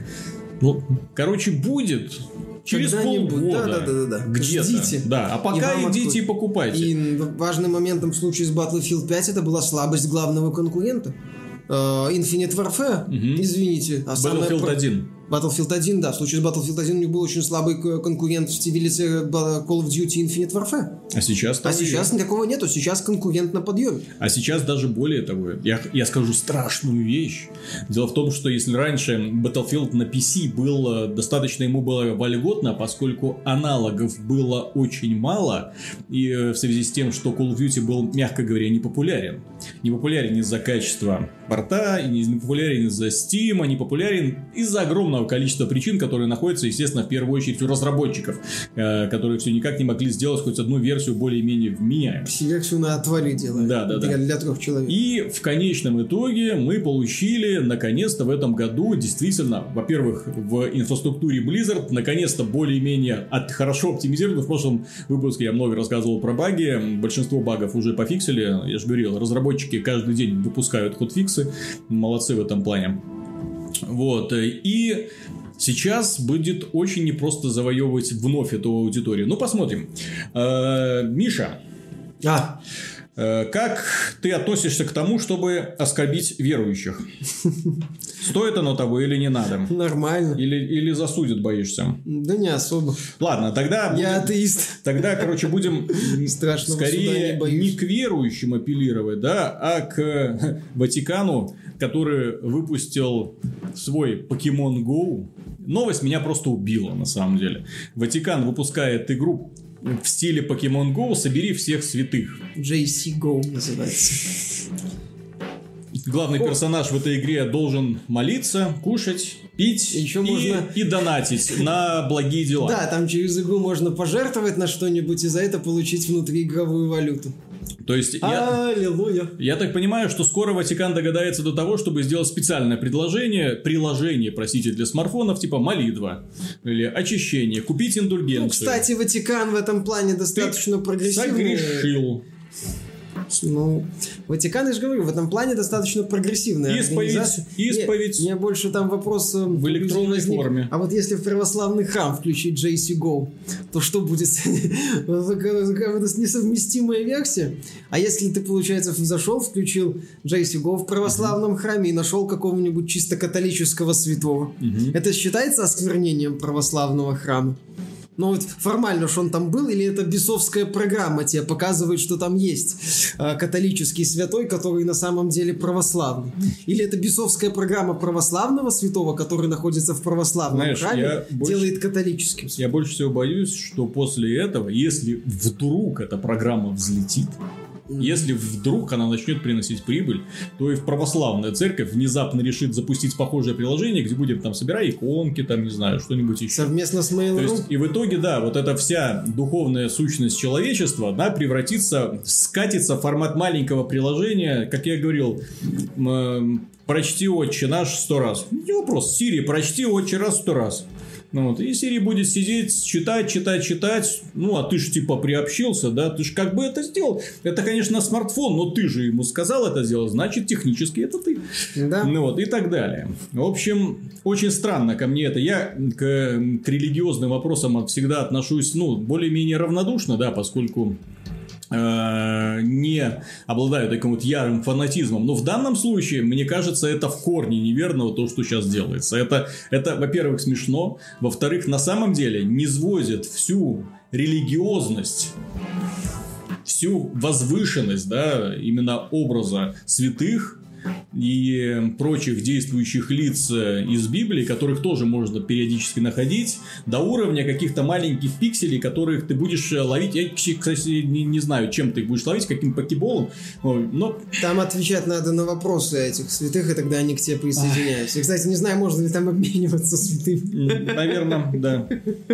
ну, короче, будет через полгода, да, да, да, да. где-то. Ждите. Да, а пока и идите и покупайте. И важным моментом в случае с Battlefield пять это была слабость главного конкурента. Infinite Warfare, угу. извините. А Battlefield один. Battlefield один, да. В случае с Battlefield один у них был очень слабый конкурент в стиле Call of Duty Infinite Warfare. А сейчас А сейчас есть. Никакого нету. Сейчас конкурент на подъеме. А сейчас даже более того, я, я скажу страшную вещь. Дело в том, что если раньше Battlefield на пи си был достаточно, ему было вольготно, поскольку аналогов было очень мало, и в связи с тем, что Call of Duty был, мягко говоря, непопулярен. Непопулярен из-за качества порта, и не популярен из-за Steam, не популярен из-за огромного количества причин, которые находятся, естественно, в первую очередь у разработчиков, э, которые все никак не могли сделать хоть одну версию более-менее вменяемой. Версию на отвале делают. Да, да, для, да. Для трех человек. И в конечном итоге мы получили, наконец-то, в этом году, действительно, во-первых, в инфраструктуре Blizzard, наконец-то, более-менее от, хорошо оптимизировано. В прошлом выпуске я много рассказывал про баги. Большинство багов уже пофиксили. Я же говорил, разработчики каждый день выпускают хотфиксы. Молодцы в этом плане. Вот, и сейчас будет очень непросто завоевывать вновь эту аудиторию. Ну, посмотрим. Э-э, Миша, а. Как ты относишься к тому, чтобы оскорбить верующих? Стоит оно того или не надо? Нормально. Или, или засудят, боишься? Да не особо. Ладно, тогда... Будем, Я атеист. Тогда, короче, будем Страшного скорее не, не к верующим апеллировать, да, а к Ватикану, который выпустил свой Pokemon Go. Новость меня просто убила, на самом деле. Ватикан выпускает игру в стиле Pokemon Go «Собери всех святых». джей си Go называется. Главный О. персонаж в этой игре должен молиться, кушать, пить Еще и, можно... и донатить на благие дела. Да, там через игру можно пожертвовать на что-нибудь и за это получить внутриигровую валюту. То есть я, Аллилуйя. я так понимаю, что скоро Ватикан догадается до того, чтобы сделать специальное предложение, приложение, простите, для смартфонов, типа молитва или очищение, купить индульгенцию. Ну, кстати, Ватикан в этом плане достаточно Ты прогрессивный. согрешил. Ну, Ватикан, я же говорю, в этом плане достаточно прогрессивная Исповедь, организация. исповедь. Мне, мне больше там вопрос в электронной возник. форме. А вот если в православный храм включить джей си Go, то что будет? Несовместимая версия. А если ты, получается, зашел, включил джей си Go в православном храме и нашел какого-нибудь чисто католического святого, это считается осквернением православного храма? Но вот формально, что он там был, или это бесовская программа тебе показывает, что там есть э, католический святой, который на самом деле православный? Или это бесовская программа православного святого, который находится в православном Знаешь, храме, я делает больше, католическим святым? Я больше всего боюсь, что после этого, если вдруг эта программа взлетит, если вдруг она начнет приносить прибыль, то и в православная церковь внезапно решит запустить похожее приложение, где будем там собирать иконки, там, не знаю, что-нибудь еще. Совместно с Mail.ru. То есть, и в итоге, да, вот эта вся духовная сущность человечества, да, превратится, скатится в формат маленького приложения, как я говорил, прочти «Отче наш» сто раз. Не вопрос, Сири, прочти «Отче раз» сто раз. Ну, вот, и Сири будет сидеть, читать, читать, читать. Ну, а ты же типа приобщился, да? Ты же как бы это сделал. Это, конечно, смартфон, но ты же ему сказал это сделать, значит, технически это ты. Да. Ну, вот, и так далее. В общем, очень странно ко мне это. Я к, к религиозным вопросам всегда отношусь, ну, более-менее равнодушно, да, поскольку... не обладаю таким вот ярым фанатизмом. Но в данном случае, мне кажется, это в корне неверно то, что сейчас делается. Это, это во-первых, смешно. Во-вторых, на самом деле не низводит всю религиозность, всю возвышенность, да, именно образа святых и прочих действующих лиц из Библии, которых тоже можно периодически находить, до уровня каких-то маленьких пикселей, которых ты будешь ловить. Я, кстати, не, не знаю, чем ты их будешь ловить, каким покеболом, но... Там отвечать надо на вопросы этих святых, и тогда они к тебе присоединяются. И, кстати, не знаю, можно ли там обмениваться святыми. Наверное, да.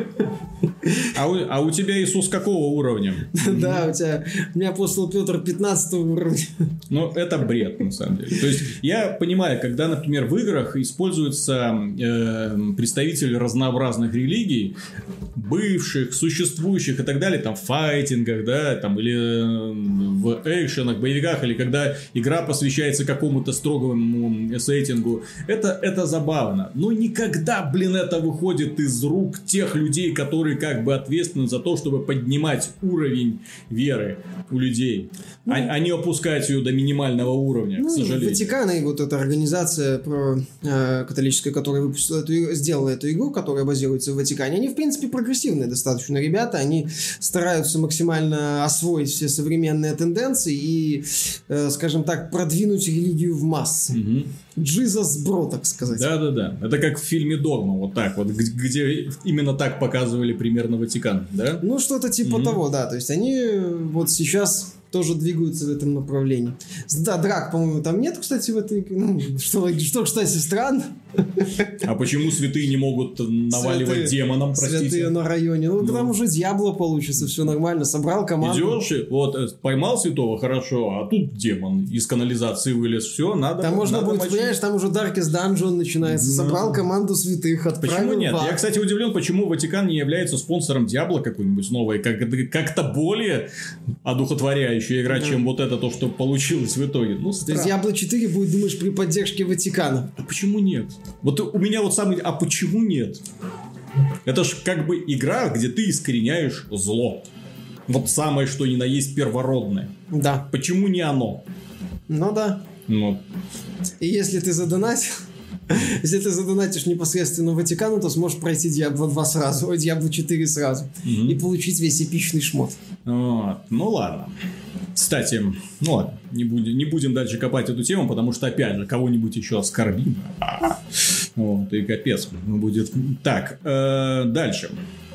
А у, а у тебя Иисус какого уровня? Да, у тебя... У меня апостол Петр пятнадцатого уровня. Ну, это бред, на самом деле. То есть, я понимаю, когда, например, в играх используются э, представители разнообразных религий, бывших, существующих и так далее, там, в файтингах, да, там, или в экшенах, боевиках, или когда игра посвящается какому-то строгому сеттингу, это, это забавно. Но никогда, блин, это выходит из рук тех людей, которые как бы ответственны за то, чтобы поднимать уровень веры у людей, ну, а, а не опускать ее до минимального уровня, ну, к сожалению. Ватикан и вот эта организация про, э, католическая, которая выпустила эту, сделала эту игру, которая базируется в Ватикане, они, в принципе, прогрессивные достаточно ребята, они стараются максимально освоить все современные тенденции и, э, скажем так, продвинуть религию в массы. Угу. Jesus бро, так сказать. Да-да-да. Это как в фильме «Догма», вот так вот, где именно так показывали примерно Ватикан, да? Ну, что-то типа угу. того, да. То есть, они вот сейчас... тоже двигаются в этом направлении. Да, драк, по-моему, там нет, кстати, в этой... Ну, что, что, кстати, странно. А почему святые не могут наваливать святые, демонам, простите? Святые на районе. Ну, ну. Там уже Диабло получится, все нормально. Собрал команду. Идешь, вот, поймал святого, хорошо, а тут демон из канализации вылез. Все, надо... Там можно надо будет, мочить. Понимаешь, там уже Darkest Dungeon начинается. Но. Собрал команду святых, отправил. Почему нет? Я, кстати, удивлен, почему Ватикан не является спонсором Диабло какой-нибудь новой, как, как-то более одухотворяющей игра, да. чем вот это то, что получилось в итоге. Ну, то есть Diablo четыре будет, думаешь, при поддержке Ватикана? А почему нет? Вот у меня вот самый... А почему нет? Это ж как бы игра, где ты искореняешь зло. Вот самое, что ни на есть первородное. Да. Почему не оно? Ну да. Ну. И если ты задонатил, если ты задонатишь непосредственно Ватикану, то сможешь пройти Диабло два сразу, ой, Диабло четыре сразу. Mm-hmm. И получить весь эпичный шмот. Вот. Ну ладно. Кстати, ну ладно, не будем, не будем дальше копать эту тему, потому что, опять же, кого-нибудь еще оскорбим. Вот, и капец будет. Так, э, дальше.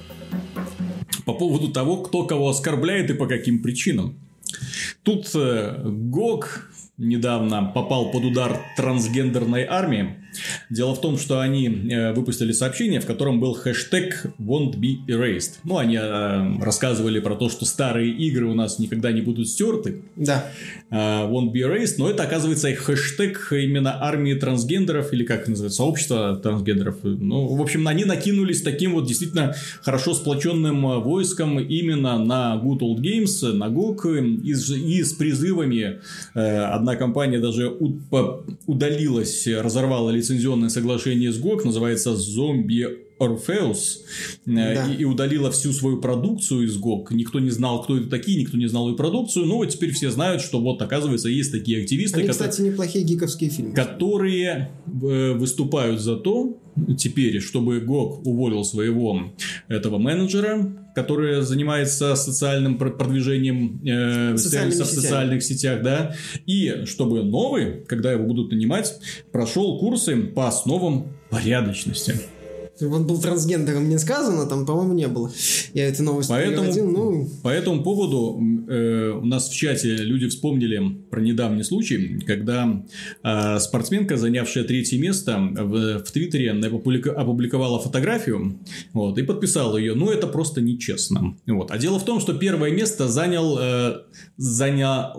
По поводу того, кто кого оскорбляет и по каким причинам. Тут э, ГОГ недавно попал под удар трансгендерной армии. Дело в том, что они э, выпустили сообщение, в котором был хэштег won't be erased. Ну, они э, рассказывали про то, что старые игры у нас никогда не будут стерты. Да. Э, won't be erased, но это, оказывается, их хэштег именно армии трансгендеров, или как это называется, сообщество трансгендеров. Ну, в общем, они накинулись таким вот действительно хорошо сплоченным войском именно на Good Old Games, на ГОГ, и с, и с призывами. Э, одна компания даже у, по, удалилась, разорвала лицензию. Лицензионное соглашение с ГОГ, называется Zombie Orpheus, да. и, и удалила всю свою продукцию из ГОГ. Никто не знал, кто это такие, никто не знал ее продукцию. Но вот теперь все знают, что вот, оказывается, есть такие активисты. Они, которые, кстати, неплохие гиковские фильмы. Которые э, выступают за то, теперь, чтобы ГОГ уволил своего этого менеджера, который занимается социальным продвижением э, в социальных сетях, да, и чтобы новый, когда его будут нанимать, прошел курсы по основам порядочности. Он был трансгендером, не сказано, там, по-моему, не было. Я эту новость поэтому, переводил, ну... По этому поводу э, у нас в чате люди вспомнили про недавний случай, когда э, спортсменка, занявшая третье место, в, в Твиттере опубликовала фотографию, вот, и подписала ее. Ну, это просто нечестно. Вот. А дело в том, что первое место занял... Э, заняла...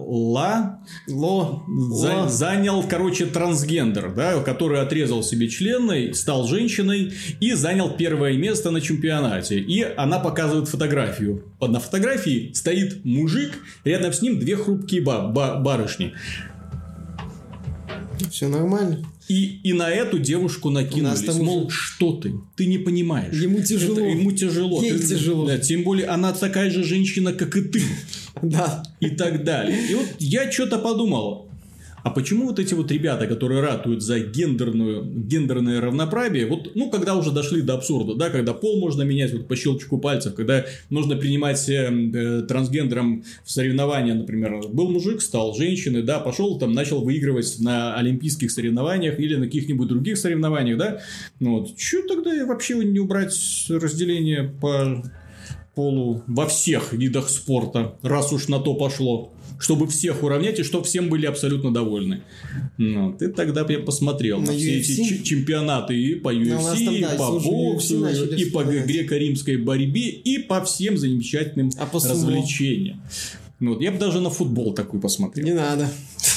Ло. За, Ло. Занял, короче, трансгендер, да, который отрезал себе члены, стал женщиной и занял первое место на чемпионате. И она показывает фотографию. На фотографии стоит мужик, рядом с ним две хрупкие ба- ба- барышни. Все нормально. И, и на эту девушку накинулись. Мол, уже... что ты? Ты не понимаешь. Ему тяжело. Это, ему тяжело. Ей ты, тяжело. Да, тем более, она такая же женщина, как и ты. Да. И так далее. И вот я что-то подумал. А почему вот эти вот ребята, которые ратуют за гендерную, гендерное равноправие, вот, ну, когда уже дошли до абсурда, да, когда пол можно менять вот по щелчку пальцев, когда нужно принимать э, э, трансгендерам в соревнования, например, был мужик, стал женщиной, да, пошел там, начал выигрывать на олимпийских соревнованиях или на каких-нибудь других соревнованиях, да, ну, вот, что тогда вообще не убрать разделение по полу во всех видах спорта, раз уж на то пошло? Чтобы всех уравнять и чтобы всем были абсолютно довольны. Ну, ты тогда я посмотрел на, на все эти ч- чемпионаты и по ю эф си, и по боксу, и по греко-римской борьбе, и по всем замечательным а развлечениям. Ну, вот, я бы даже на футбол такой посмотрел. Не надо.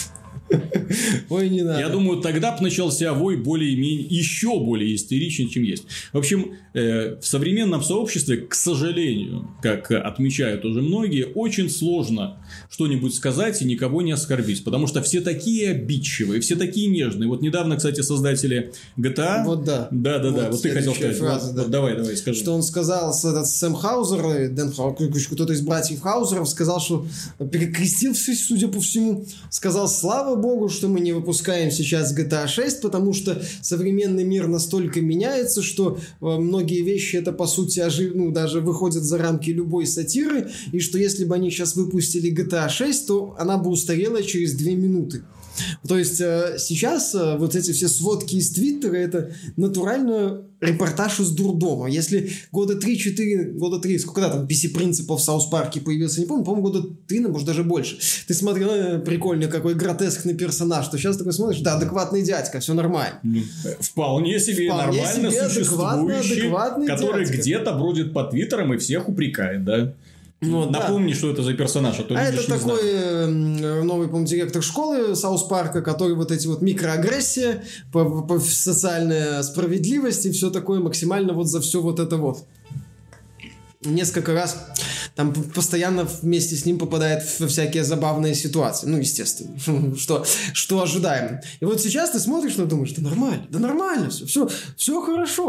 Ой, не надо. Я думаю, тогда бы начался вой более-менее, еще более истеричный, чем есть. В общем, э, в современном сообществе, к сожалению, как отмечают уже многие, очень сложно что-нибудь сказать и никого не оскорбить. Потому что все такие обидчивые, все такие нежные. Вот недавно, кстати, создатели джи ти эй... Вот да. Да-да-да, вот, вот ты хотел сказать. Фраза, вот, да. вот, давай, давай, скажи. Что он сказал, этот Сэм Хаузер, Дэн Хаузер, кто-то из братьев Хаузеров, сказал, что перекрестился, судя по всему, сказал: слава богу, что мы не выпускаем сейчас джи ти эй шесть, потому что современный мир настолько меняется, что многие вещи это по сути ожив... ну, даже выходят за рамки любой сатиры, и что если бы они сейчас выпустили джи ти эй шесть, то она бы устарела через две минуты. То есть э, сейчас э, вот эти все сводки из Твиттера — это натурально репортаж из дурдома. Если года три-четыре, года три, сколько там пи си Principle в Саус Парке появился, не помню, по-моему, года три, ну, может, даже больше. Ты смотрел, э, прикольный какой гротескный персонаж, что сейчас такой смотришь, да, адекватный дядька, все нормально. Вполне себе Вполне нормально себе существующий, адекватный который дядька. Где-то бродит по твиттерам и всех упрекает, да? Вот, Напомни, да. что это за персонаж, а то А люди это не такой знают. новый, по-моему, директор школы Саус Парка, который вот эти вот микроагрессии, по, по социальная справедливость и все такое максимально вот за все вот это вот. Несколько раз там постоянно вместе с ним попадает во всякие забавные ситуации. Ну, естественно, что, что ожидаемо. И вот сейчас ты смотришь, ну, думаешь, да нормально, да нормально все, все, все хорошо.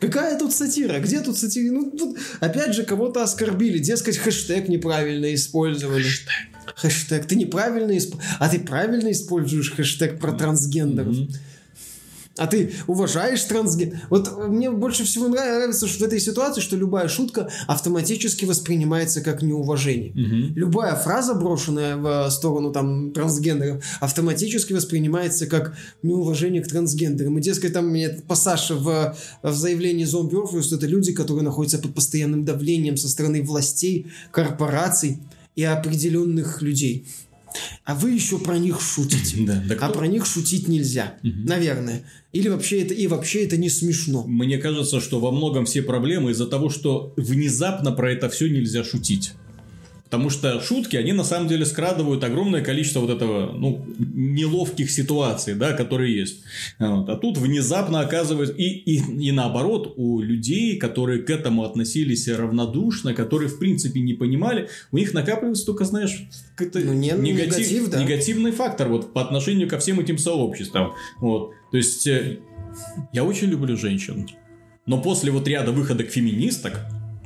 Какая тут сатира? Где тут сатира? Ну, тут опять же кого-то оскорбили. Дескать, хэштег неправильно использовали. Хэштег. Хэштег. Ты неправильно используешь. А ты правильно используешь хэштег про трансгендеров. Mm-hmm. А ты уважаешь трансген... Вот мне больше всего нравится, что в этой ситуации, что любая шутка автоматически воспринимается как неуважение. Угу. Любая фраза, брошенная в сторону там трансгендеров, автоматически воспринимается как неуважение к трансгендерам. И, дескать, там мне пассаж в, в заявлении Zombie Orpheus, это люди, которые находятся под постоянным давлением со стороны властей, корпораций и определенных людей. А вы еще про них шутите. Да, да, а про них шутить нельзя. Угу. Наверное. Или вообще это, и вообще это не смешно. Мне кажется, что во многом все проблемы из-за того, что внезапно про это все нельзя шутить. Потому что шутки, они на самом деле скрадывают огромное количество вот этого, ну, неловких ситуаций, да, которые есть. Вот. А тут внезапно оказывается... И, и, и наоборот, у людей, которые к этому относились равнодушно, которые, в принципе, не понимали, у них накапливается только, знаешь, какой-то ну, не, негатив, негатив, да. негативный фактор вот, по отношению ко всем этим сообществам. Вот. То есть, э, я очень люблю женщин. Но после вот ряда выходок феминисток,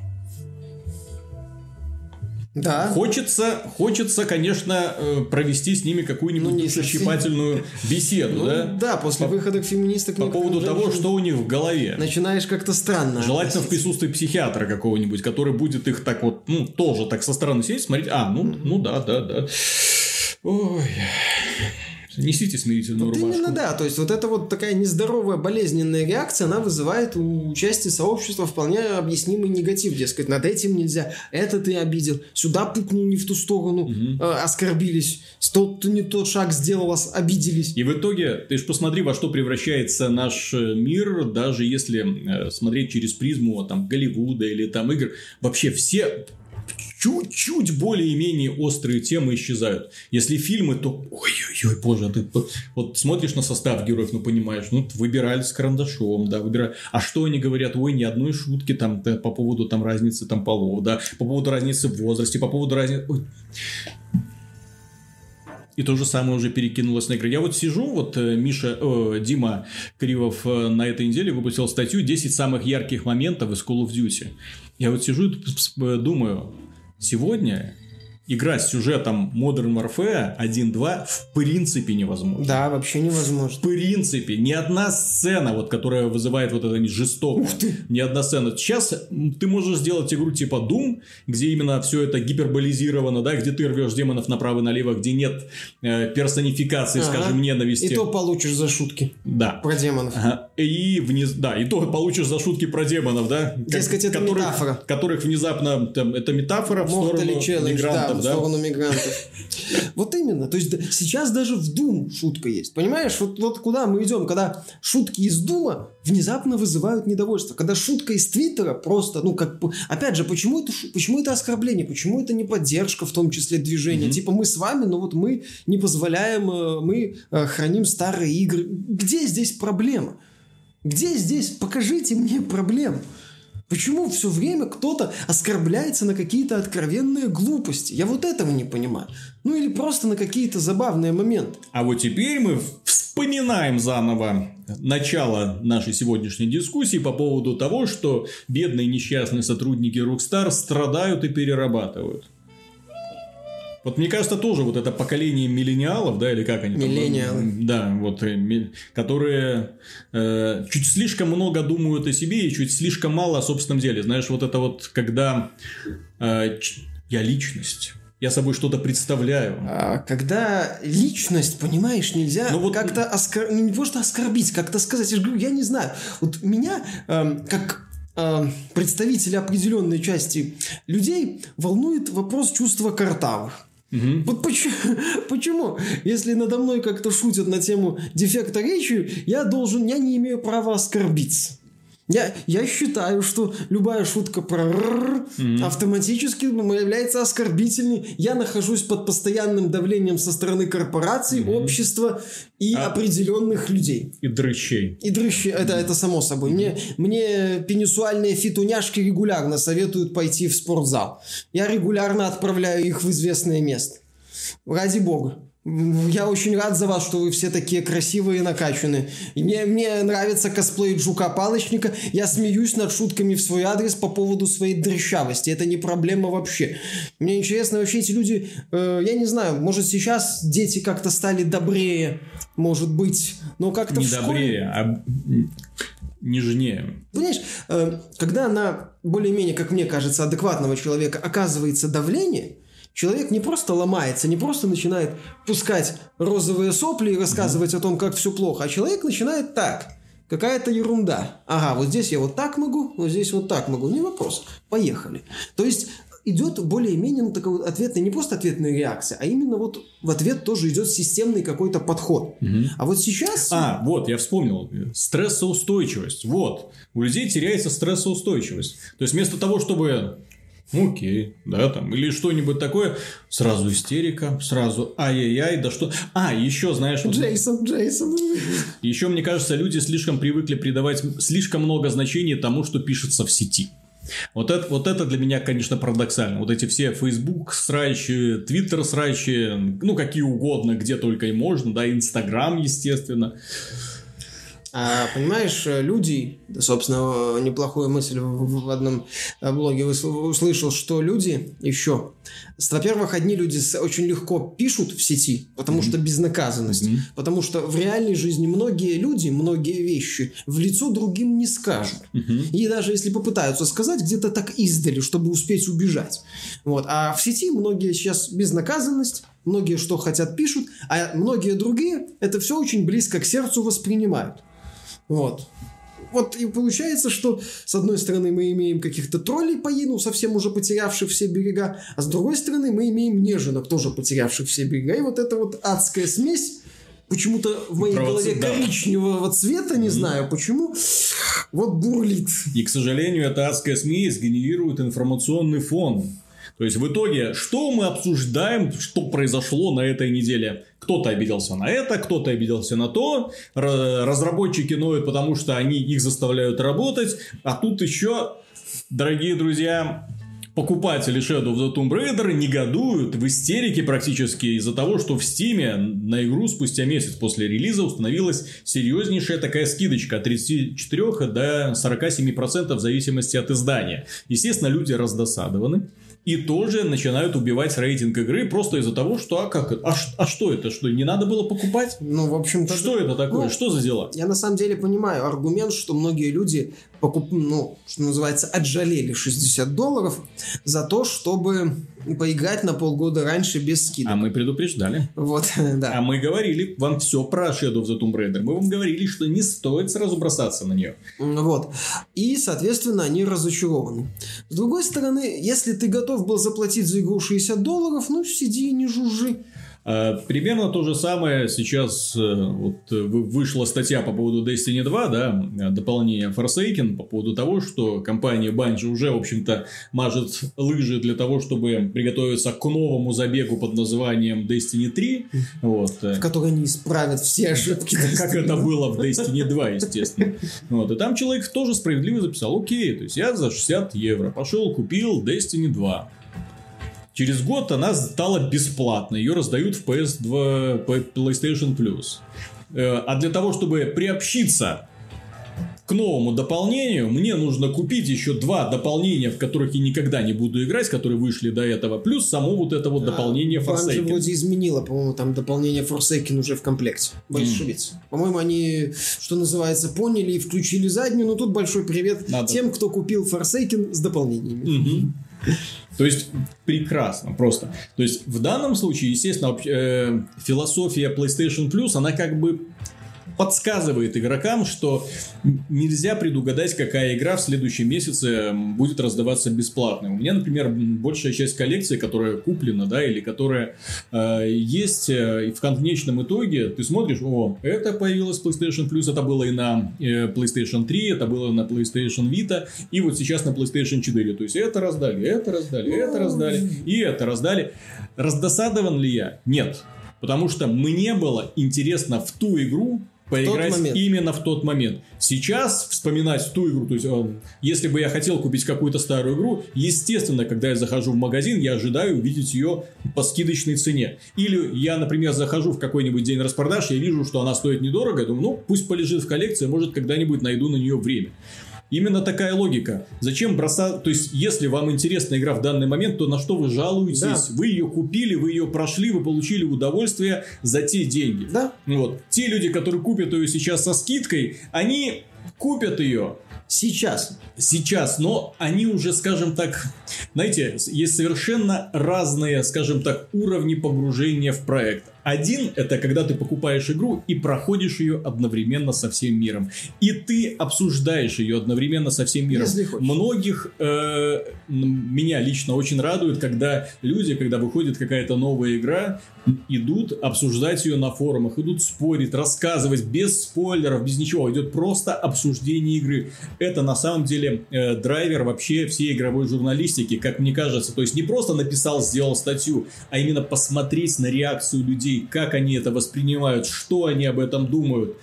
да. Хочется, хочется, конечно, провести с ними какую-нибудь ну, душещипательную беседу, ну, да? Да, после по, выхода феминисток... По поводу того, что у них в голове. Начинаешь как-то странно. Желательно в присутствии психиатра какого-нибудь, который будет их так вот, ну, тоже так со стороны сидеть, смотреть. А, ну, mm-hmm. ну да, да, да. Ой... Несите смирительную вот рубашку. Именно да, то есть вот эта вот такая нездоровая болезненная реакция, она вызывает у части сообщества вполне объяснимый негатив, дескать, над этим нельзя, это ты обидел, сюда пукнул не в ту сторону, угу. э, оскорбились, тот не тот шаг сделал, обиделись. И в итоге, ты же посмотри, во что превращается наш мир, даже если э, смотреть через призму там Голливуда или там игр, вообще все... Чуть-чуть более-менее острые темы исчезают. Если фильмы, то... Ой-ой-ой, боже, ты вот смотришь на состав героев, ну, понимаешь, ну, выбирали с карандашом, да, выбирали. А что они говорят? Ой, ни одной шутки там по поводу там разницы там полов, да, по поводу разницы в возрасте, по поводу разницы... Ой. И то же самое уже перекинулось на игры. Я вот сижу, вот Миша, э, Дима Кривов э, на этой неделе выпустил статью десять самых ярких моментов из Call of Duty. Я вот сижу и думаю, сегодня играть с сюжетом Modern Warfare один два в принципе невозможно. Да, вообще невозможно. В принципе. Ни одна сцена, вот, которая вызывает вот это жестокость. Ни одна сцена. Сейчас ты можешь сделать игру типа Doom, где именно все это гиперболизировано, да, где ты рвешь демонов направо и налево, где нет э, персонификации, ага. скажем, ненависти. И то получишь за шутки. Да. Про демонов. Ага. И вниз, да, и то получишь за шутки про демонов, да. Дескать, это которых, метафора. Которых внезапно, там, это метафора в сторону мигрантов. В сторону мигрантов. Вот именно. То есть сейчас даже в Doom шутка есть. Понимаешь? Вот, вот куда мы идем, когда шутки из Дума внезапно вызывают недовольство. Когда шутка из Твиттера просто, ну, как бы... Опять же, почему это, почему это оскорбление? Почему это не поддержка, в том числе движения? Mm-hmm. Типа мы с вами, но вот мы не позволяем, мы храним старые игры. Где здесь проблема? Где здесь? Покажите мне проблему. Почему все время кто-то оскорбляется на какие-то откровенные глупости? Я вот этого не понимаю. Ну или просто на какие-то забавные моменты. А вот теперь мы вспоминаем заново начало нашей сегодняшней дискуссии по поводу того, что бедные несчастные сотрудники Rockstar страдают и перерабатывают. Вот мне кажется, тоже вот это поколение миллениалов, да, или как они там? Миллениалы. Да, вот, которые э, чуть слишком много думают о себе и чуть слишком мало о собственном деле. Знаешь, вот это вот, когда э, я личность, я собой что-то представляю. А, когда личность, понимаешь, нельзя ну, вот... как-то оскор... не просто оскорбить, как-то сказать. Я же говорю, я не знаю. Вот меня, э, как... представители определенной части людей волнует вопрос чувства картавых. Угу. Вот почему, почему, если надо мной как-то шутят на тему дефекта речи, я должен, я не имею права оскорбиться. Я, я считаю, что любая шутка про р mm-hmm. автоматически является оскорбительной. Я нахожусь под постоянным давлением со стороны корпораций, mm-hmm. общества и а... определенных людей. И дрыщей. И дрыщей, это, это само собой. Mm-hmm. Мне, мне пенисуальные фитуняшки регулярно советуют пойти в спортзал. Я регулярно отправляю их в известное место. ради бога. Я очень рад за вас, что вы все такие красивые и накачанные. Мне, мне нравится косплей Жука-палочника. Я смеюсь над шутками в свой адрес по поводу своей дрыщавости. Это не проблема вообще. Мне интересно, вообще эти люди... Э, я не знаю, может сейчас дети как-то стали добрее, может быть, но как-то не в школе... добрее, а нежнее. Понимаешь, э, когда на более-менее, как мне кажется, адекватного человека оказывается давление... Человек не просто ломается, не просто начинает пускать розовые сопли и рассказывать mm-hmm. о том, как все плохо, а человек начинает так. Какая-то ерунда. Ага, вот здесь я вот так могу, вот здесь вот так могу. Не вопрос. Поехали. То есть идет более-менее ну, такой ответный, не просто ответная реакция, а именно вот в ответ тоже идет системный какой-то подход. Mm-hmm. А вот сейчас... А, вот, я вспомнил. Стрессоустойчивость. Вот. У людей теряется стрессоустойчивость. То есть вместо того, чтобы... Окей, да, там, или что-нибудь такое, сразу истерика, сразу ай-яй-яй, да что... А, еще, знаешь... Джейсон, вот... Джейсон. Еще, мне кажется, люди слишком привыкли придавать слишком много значения тому, что пишется в сети. Вот это, вот это для меня, конечно, парадоксально. Вот эти все Facebook срачи, Twitter срачи, ну, какие угодно, где только и можно, да, Instagram, естественно... А, понимаешь, люди, собственно, неплохую мысль в одном блоге услышал, что люди еще, во-первых, одни люди очень легко пишут в сети, потому mm-hmm. что безнаказанность, mm-hmm. потому что в реальной жизни многие люди, многие вещи в лицо другим не скажут. Mm-hmm. И даже если попытаются сказать, где-то так издали, чтобы успеть убежать. Вот. А в сети многие сейчас безнаказанность, многие что хотят пишут, а многие другие это все очень близко к сердцу воспринимают. Вот. Вот и получается, что с одной стороны мы имеем каких-то троллей по ну, совсем уже потерявших все берега, а с другой стороны мы имеем неженок, тоже потерявших все берега. И вот эта вот адская смесь, почему-то в моей голове да. коричневого цвета, не mm-hmm. знаю почему, вот бурлит. И, к сожалению, эта адская смесь генерирует информационный фон. То есть, в итоге, что мы обсуждаем, что произошло на этой неделе? Кто-то обиделся на это, кто-то обиделся на то. Разработчики ноют, потому что они их заставляют работать. А тут еще, дорогие друзья, покупатели Shadow of the Tomb Raider негодуют в истерике практически из-за того, что в Steam на игру спустя месяц после релиза установилась серьезнейшая такая скидочка от тридцати четырёх до сорока семи процентов в зависимости от издания. Естественно, люди раздосадованы. И тоже начинают убивать рейтинг игры просто из-за того, что а как а, а что это? Что, не надо было покупать? Ну, в общем-то... Что это такое? Ну, что за дела? Я на самом деле понимаю аргумент, что многие люди покуп... ну, что называется, отжалели шестьдесят долларов за то, чтобы поиграть на полгода раньше без скидок. А мы предупреждали. Вот, да. А мы говорили вам все про Shadow of the Tomb Raider. Мы вам говорили, что не стоит сразу бросаться на нее. Вот. И, соответственно, они разочарованы. С другой стороны, если ты готов был заплатить за игру шестьдесят долларов, ну, сиди и не жужжи. Примерно то же самое сейчас вот, вышла статья по поводу Destiny два, да, дополнение Forsaken, по поводу того, что компания Bungie уже, в общем-то, мажет лыжи для того, чтобы приготовиться к новому забегу под названием Destiny три. Вот. В которой они исправят все ошибки. Как это было в Destiny два, естественно. Вот. И там человек тоже справедливо записал: окей, то есть я за шестьдесят евро пошел, купил Destiny два. Через год она стала бесплатной. Ее раздают в пи эс два, PlayStation Plus. А для того, чтобы приобщиться к новому дополнению, мне нужно купить еще два дополнения, в которых я никогда не буду играть, которые вышли до этого, плюс само вот это вот дополнение Forsaken. Bungie вроде изменила, по-моему, там дополнение Forsaken уже в комплекте. Боюсь ошибиться. Mm. По-моему, они, что называется, поняли и включили заднюю, но тут большой привет Надо. тем, кто купил Forsaken с дополнениями. Mm-hmm. То есть, прекрасно, просто. То есть, в данном случае, естественно, э, философия PlayStation Plus, она как бы подсказывает игрокам, что нельзя предугадать, какая игра в следующем месяце будет раздаваться бесплатно. У меня, например, большая часть коллекции, которая куплена, да, или которая э, есть, э, в конечном итоге ты смотришь: о, это появилось в PlayStation Plus, это было и на э, PlayStation три, это было на PlayStation Vita, и вот сейчас на PlayStation четыре. То есть, это раздали, это раздали, это раздали, и это раздали. Раздосадован ли я? Нет. Потому что мне было интересно в ту игру, поиграть именно в тот момент. Сейчас вспоминать ту игру, то есть, если бы я хотел купить какую-то старую игру, естественно, когда я захожу в магазин, я ожидаю увидеть ее по скидочной цене. Или я, например, захожу в какой-нибудь день распродаж, я вижу, что она стоит недорого, думаю, ну, пусть полежит в коллекции, может, когда-нибудь найду на нее время. Именно такая логика. Зачем бросать... То есть, если вам интересна игра в данный момент, то на что вы жалуетесь? Да. Вы ее купили, вы ее прошли, вы получили удовольствие за те деньги. Да. Вот. Те люди, которые купят ее сейчас со скидкой, они купят ее... Сейчас. Сейчас, но они уже, скажем так... Знаете, есть совершенно разные, скажем так, уровни погружения в проект. Один – это когда ты покупаешь игру и проходишь ее одновременно со всем миром. И ты обсуждаешь ее одновременно со всем миром. Многих, э, меня лично очень радует, когда люди, когда выходит какая-то новая игра, идут обсуждать ее на форумах, идут спорить, рассказывать без спойлеров, без ничего. Идет просто обсуждение игры. Это на самом деле э, драйвер вообще всей игровой журналистики, как мне кажется. То есть не просто написал, сделал статью, а именно посмотреть на реакцию людей, как они это воспринимают, что они об этом думают,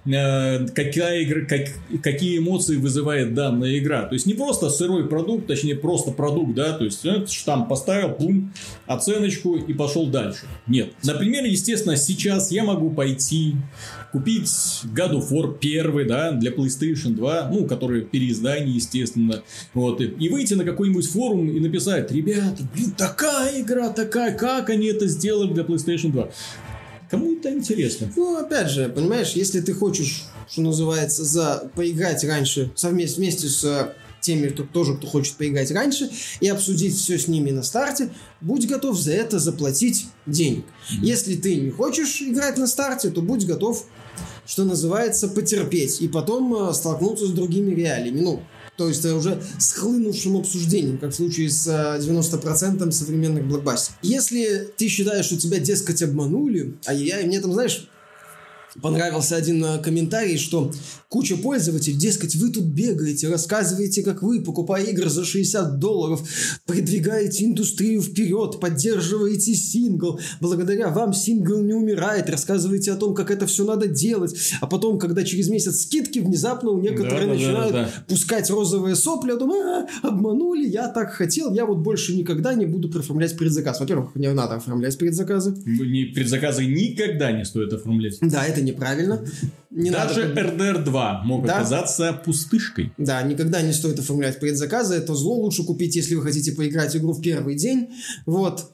э, какая игра, как, какие эмоции вызывает данная игра. То есть не просто сырой продукт, точнее просто продукт, да, то есть э, штамп поставил, пум, оценочку и пошел дальше. Нет. Например, естественно, сейчас я могу пойти купить God of War один, да, для PlayStation два, ну, который переиздание, естественно, вот, и, и выйти на какой-нибудь форум и написать: ребята, блин, такая игра, такая, как они это сделали для PlayStation два? Кому это интересно? Ну, опять же, понимаешь, если ты хочешь, что называется, за поиграть раньше совместно вместе с теми, кто тоже кто хочет поиграть раньше, и обсудить все с ними на старте, будь готов за это заплатить денег. Mm-hmm. Если ты не хочешь играть на старте, то будь готов, что называется, потерпеть и потом э, столкнуться с другими реалиями. Ну, то есть уже с хлынувшим обсуждением, как в случае с девяносто процентов современных блокбастеров. Если ты считаешь, что тебя, дескать, обманули, ай-яй-яй, мне там, знаешь, понравился один комментарий, что куча пользователей, дескать, вы тут бегаете, рассказываете, как вы, покупая игры за шестьдесят долларов, продвигаете индустрию вперед, поддерживаете сингл, благодаря вам сингл не умирает, рассказываете о том, как это все надо делать, а потом, когда через месяц скидки, внезапно у некоторых да, начинают да, да. пускать розовые сопли, я думаю, а, обманули, я так хотел, я вот больше никогда не буду оформлять предзаказ. Во-первых, не надо оформлять предзаказы. Предзаказы никогда не стоит оформлять. Да, это неправильно. Не Даже надо... эр дэ эр два мог да? оказаться пустышкой. Да, никогда не стоит оформлять предзаказы. Это зло лучше купить, если вы хотите поиграть игру в первый день. Вот.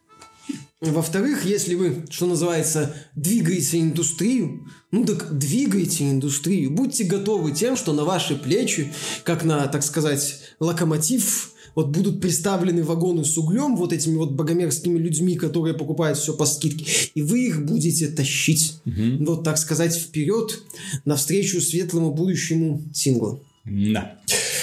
Во-вторых, если вы, что называется, двигаете индустрию, ну так двигайте индустрию. Будьте готовы тем, что на ваши плечи, как на, так сказать, локомотив, вот будут представлены вагоны с углем вот этими вот богомерзкими людьми, которые покупают все по скидке, и вы их будете тащить, угу. вот так сказать, вперед, навстречу светлому будущему синглу. Да.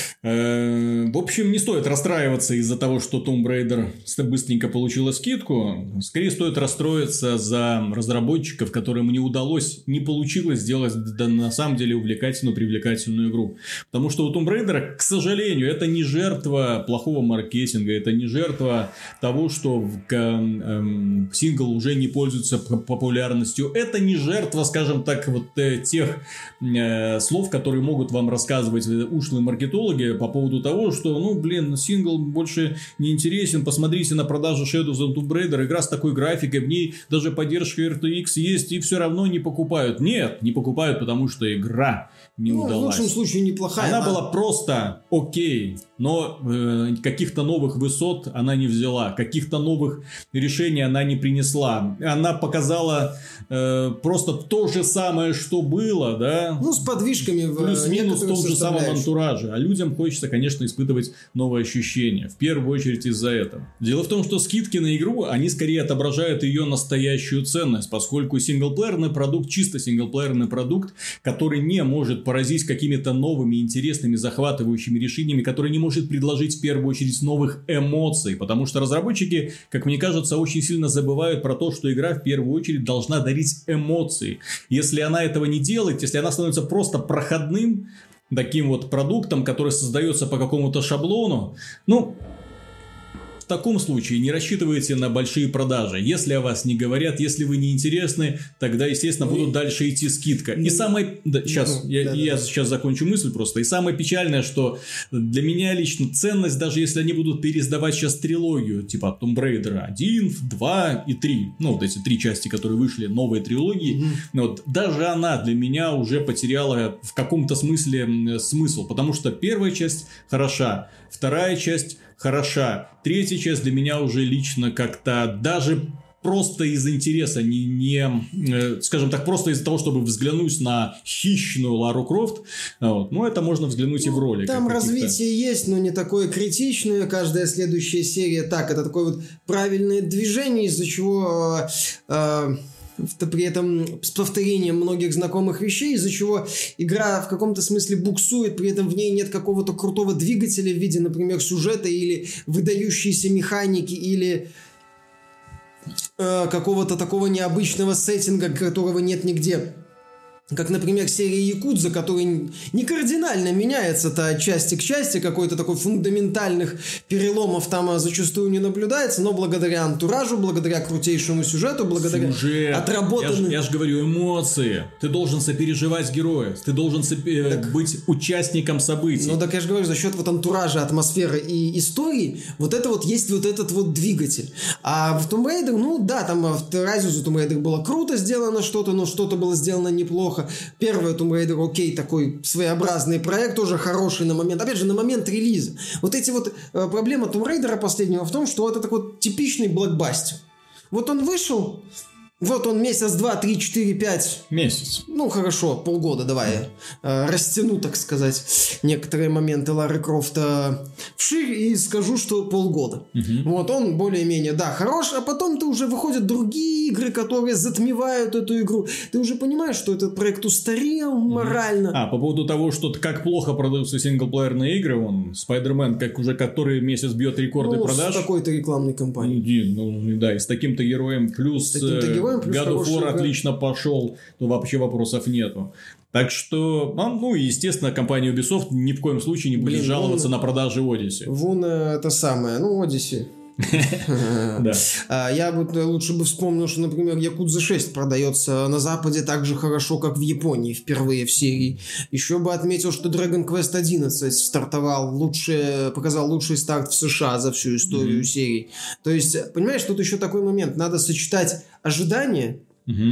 В общем, не стоит расстраиваться из-за того, что Tomb Raider быстренько получила скидку. Скорее стоит расстроиться за разработчиков, которым не удалось, не получилось сделать да, на самом деле увлекательную, привлекательную игру. Потому что у Tomb Raider, к сожалению, это не жертва плохого маркетинга, это не жертва того, что эм, сингл уже не пользуется популярностью. Это не жертва, скажем так, вот э, тех э, слов, которые могут вам рассказывать ушлые маркетологи по поводу того, что, ну, блин, сингл больше не интересен, посмотрите на продажу Shadow of the Tomb Raider, игра с такой графикой, в ней даже поддержка эр ти экс есть, и все равно не покупают. Нет, не покупают, потому что игра не ну, удалась. В лучшем случае неплохая. Она да? была просто окей, но э, каких-то новых высот она не взяла, каких-то новых решений она не принесла. Она показала э, просто то же самое, что было, да? Ну, с подвижками в плюс-минус в том же самом антураже. А людям хочется, конечно, испытывать новые ощущения. В первую очередь из-за этого. Дело в том, что скидки на игру, они скорее отображают ее настоящую ценность, поскольку синглплеерный продукт, чисто синглплеерный продукт, который не может поразить какими-то новыми, интересными, захватывающими решениями, который не может предложить в первую очередь новых эмоций, потому что разработчики, как мне кажется, очень сильно забывают про то, что игра в первую очередь должна дарить эмоции. Если она этого не делает, если она становится просто проходным, таким вот продуктом, который создается по какому-то шаблону, ну, таком случае не рассчитывайте на большие продажи. Если о вас не говорят, если вы не интересны, тогда, естественно, будут ну, дальше идти скидка. И самое... Да, сейчас, ну, я, да, я да. сейчас закончу мысль просто. И самое печальное, что для меня лично ценность, даже если они будут переиздавать сейчас трилогию, типа Tomb Raider один, два и три, ну, вот эти три части, которые вышли, новые трилогии, mm-hmm. вот, даже она для меня уже потеряла в каком-то смысле смысл. Потому что первая часть хороша, вторая часть хороша, третья часть для меня уже лично как-то даже просто из интереса, не, не, скажем так, просто из-за того, чтобы взглянуть на хищную Лару Крофт, вот, ну, это можно взглянуть ну, и в роликах. Там развитие есть, но не такое критичное. Каждая следующая серия, так, это такое вот правильное движение, из-за чего... Э, при этом с повторением многих знакомых вещей, из-за чего игра в каком-то смысле буксует, при этом в ней нет какого-то крутого двигателя в виде, например, сюжета или выдающейся механики, или э, какого-то такого необычного сеттинга, которого нет нигде. Как, например, серия Якудза, которая не кардинально меняется-то от части к части, какой-то такой фундаментальных переломов там зачастую не наблюдается, но благодаря антуражу, благодаря крутейшему сюжету, благодаря Сюжет. отработанным... Я же говорю, эмоции. Ты должен сопереживать героя, ты должен сопе... так... быть участником событий. Ну так я же говорю, за счет вот антуража, атмосферы и истории, вот это вот есть вот этот вот двигатель. А в Tomb Raider, ну да, там в Rise of Tomb Raider было круто сделано что-то, но что-то было сделано неплохо. Первый Tomb Raider, окей, такой своеобразный проект, тоже хороший на момент, опять же, на момент релиза. Вот эти вот э, проблемы Tomb Raider последнего в том, что это такой вот типичный блокбастер. Вот он вышел, вот он месяц, два, три, четыре, пять. Месяц. Ну, хорошо, полгода, давай я э, растяну, так сказать, некоторые моменты Лары Крофта вширь и скажу, что полгода. Uh-huh. Вот он более-менее, да, хорош, а потом-то уже выходят другие игры, которые затмевают эту игру. Ты уже понимаешь, что этот проект устарел морально. Uh-huh. А, по поводу того, что как плохо продаются синглплеерные игры, он, Spider-Man, как уже который месяц бьет рекорды ну, продаж. с такой-то рекламной кампанией. Ну, да, и с таким-то героем, плюс... С таким-то героем, плюс God of War игра. Отлично пошел, то вообще вопросов нету. Так что, ну и естественно, компания Ubisoft ни в коем случае не будет Блин, жаловаться вон, на продажи Odyssey. Вон это самое, ну Odyssey. Я вот лучше бы вспомнил, что, например, Якудза шесть продается на Западе так же хорошо, как в Японии впервые в серии. Еще бы отметил, что Dragon Quest одиннадцать стартовал лучше, показал лучший старт в США за всю историю серии. То есть, понимаешь, тут еще такой момент. Надо сочетать ожидания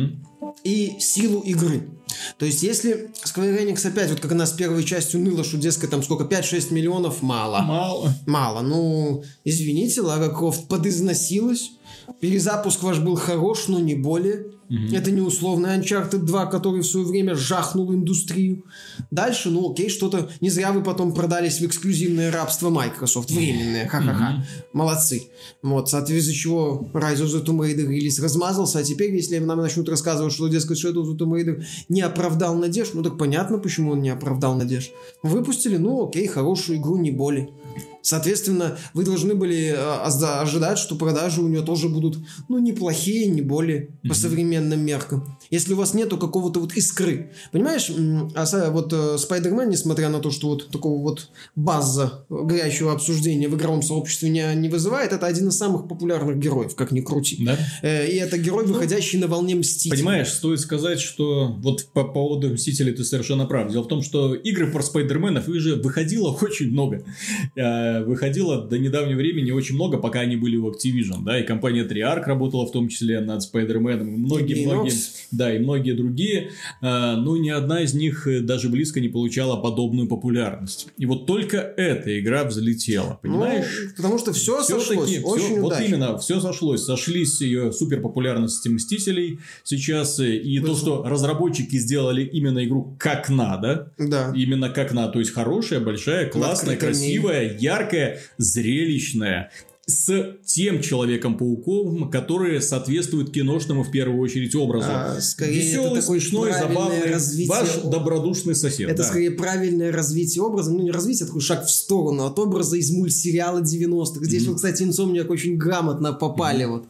и силу игры. То есть, если Square Enix опять, вот как она с первой частью ныла, что, дескать, там сколько, пять-шесть миллионов, мало. Мало. Мало. Ну, извините, Лара Крофт подизносилась. Перезапуск ваш был хорош, но не более. Mm-hmm. Это не условный Uncharted два, который в свое время жахнул индустрию. Дальше, ну окей, что-то... Не зря вы потом продались в эксклюзивное рабство Microsoft. Временное. Ха-ха-ха. Mm-hmm. Молодцы. Вот, соответственно, из-за чего Rise of the Tomb Raider релиз размазался. А теперь, если нам начнут рассказывать, что, дескать, Shadow of the Tomb Raider не оправдал надежд, ну так понятно, почему он не оправдал надежд. Выпустили, ну окей, хорошую игру, не более. Соответственно, вы должны были ожидать, что продажи у нее тоже будут, ну, неплохие, не более, mm-hmm. по современным меркам. Если у вас нету какого-то вот искры. Понимаешь, а вот Spider-Man, несмотря на то, что вот такого вот база горячего обсуждения в игровом сообществе не, не вызывает, это один из самых популярных героев, как ни крути. Да? И это герой, выходящий ну, на волне Мстителей. Понимаешь, стоит сказать, что вот по поводу Мстителей ты совершенно прав. Дело в том, что игры про Спайдерменов уже выходило очень много. Выходило до недавнего времени очень много, пока они были в Activision, да, и компания Treyarch работала в том числе над Спайдерменом, и многие-многие, да, и многие другие, а, но ни одна из них даже близко не получала подобную популярность. И вот только эта игра взлетела, понимаешь? Ну, потому что все сошлось, все, очень вот именно, все сошлось, сошлись ее суперпопулярности Мстителей сейчас, и Вы... то, что разработчики сделали именно игру как надо, да. именно как надо, то есть хорошая, большая, классная, красивая, яркая, зрелищная, с тем Человеком-пауком, который соответствует киношному в первую очередь образу. А, веселый, смешной, забавный, развитие... ваш добродушный сосед. Это да. скорее правильное развитие образа. Ну, не развитие, а такой шаг в сторону от образа из мультсериала девяностых. Здесь, mm-hmm. вот, кстати, Insomniac очень грамотно попали. Mm-hmm. Вот.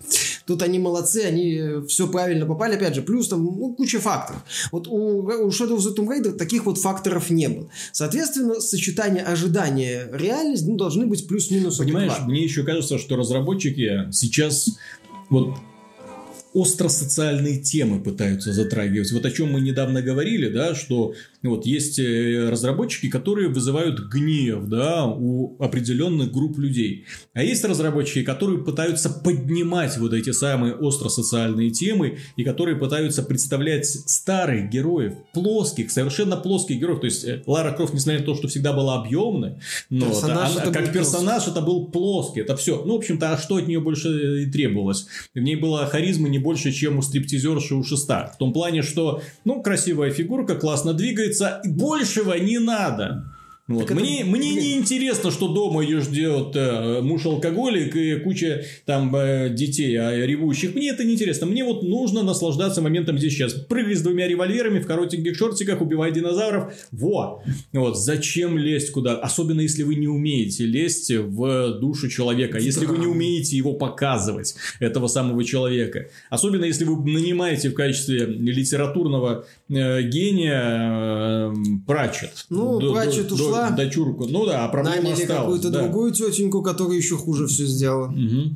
тут они молодцы, они все правильно попали, опять же, плюс там ну, куча факторов. Вот у, у Shadow of the Tomb Raider таких вот факторов не было. Соответственно, сочетание ожидания реальность ну, должны быть плюс-минус. Понимаешь, мне еще кажется, что разработчики сейчас вот остро-социальные темы пытаются затрагивать. Вот о чем мы недавно говорили, да, что вот есть разработчики, которые вызывают гнев, да, у определенных групп людей. А есть разработчики, которые пытаются поднимать вот эти самые остро-социальные темы и которые пытаются представлять старых героев, плоских, совершенно плоских героев. То есть Лара Крофт, несмотря на то, что всегда была объемной, но персонаж она, как персонаж плоский. Это был плоский. Это все. Ну, в общем-то, а что от нее больше и требовалось? В ней была харизма не больше, чем у стриптизерши у Шеста. В том плане, что, ну, красивая фигурка, классно двигается, большего не надо. Вот. Мне, это... мне не интересно, что дома ее ждет э, муж-алкоголик и куча там э, детей э, ревущих. Мне это не интересно. Мне вот нужно наслаждаться моментом здесь сейчас. Прыгай с двумя револьверами в коротеньких шортиках, убивай динозавров. Во! Вот. Зачем лезть куда? Особенно, если вы не умеете лезть в душу человека. Если да. вы не умеете его показывать, этого самого человека. Особенно, если вы нанимаете в качестве литературного э, гения э, Пратчетт. Ну, до, Пратчетт до, ушла. До, дочурку. Ну да, а проблема наняли осталась. какую-то да. другую тетеньку, которая еще хуже все сделала. Угу.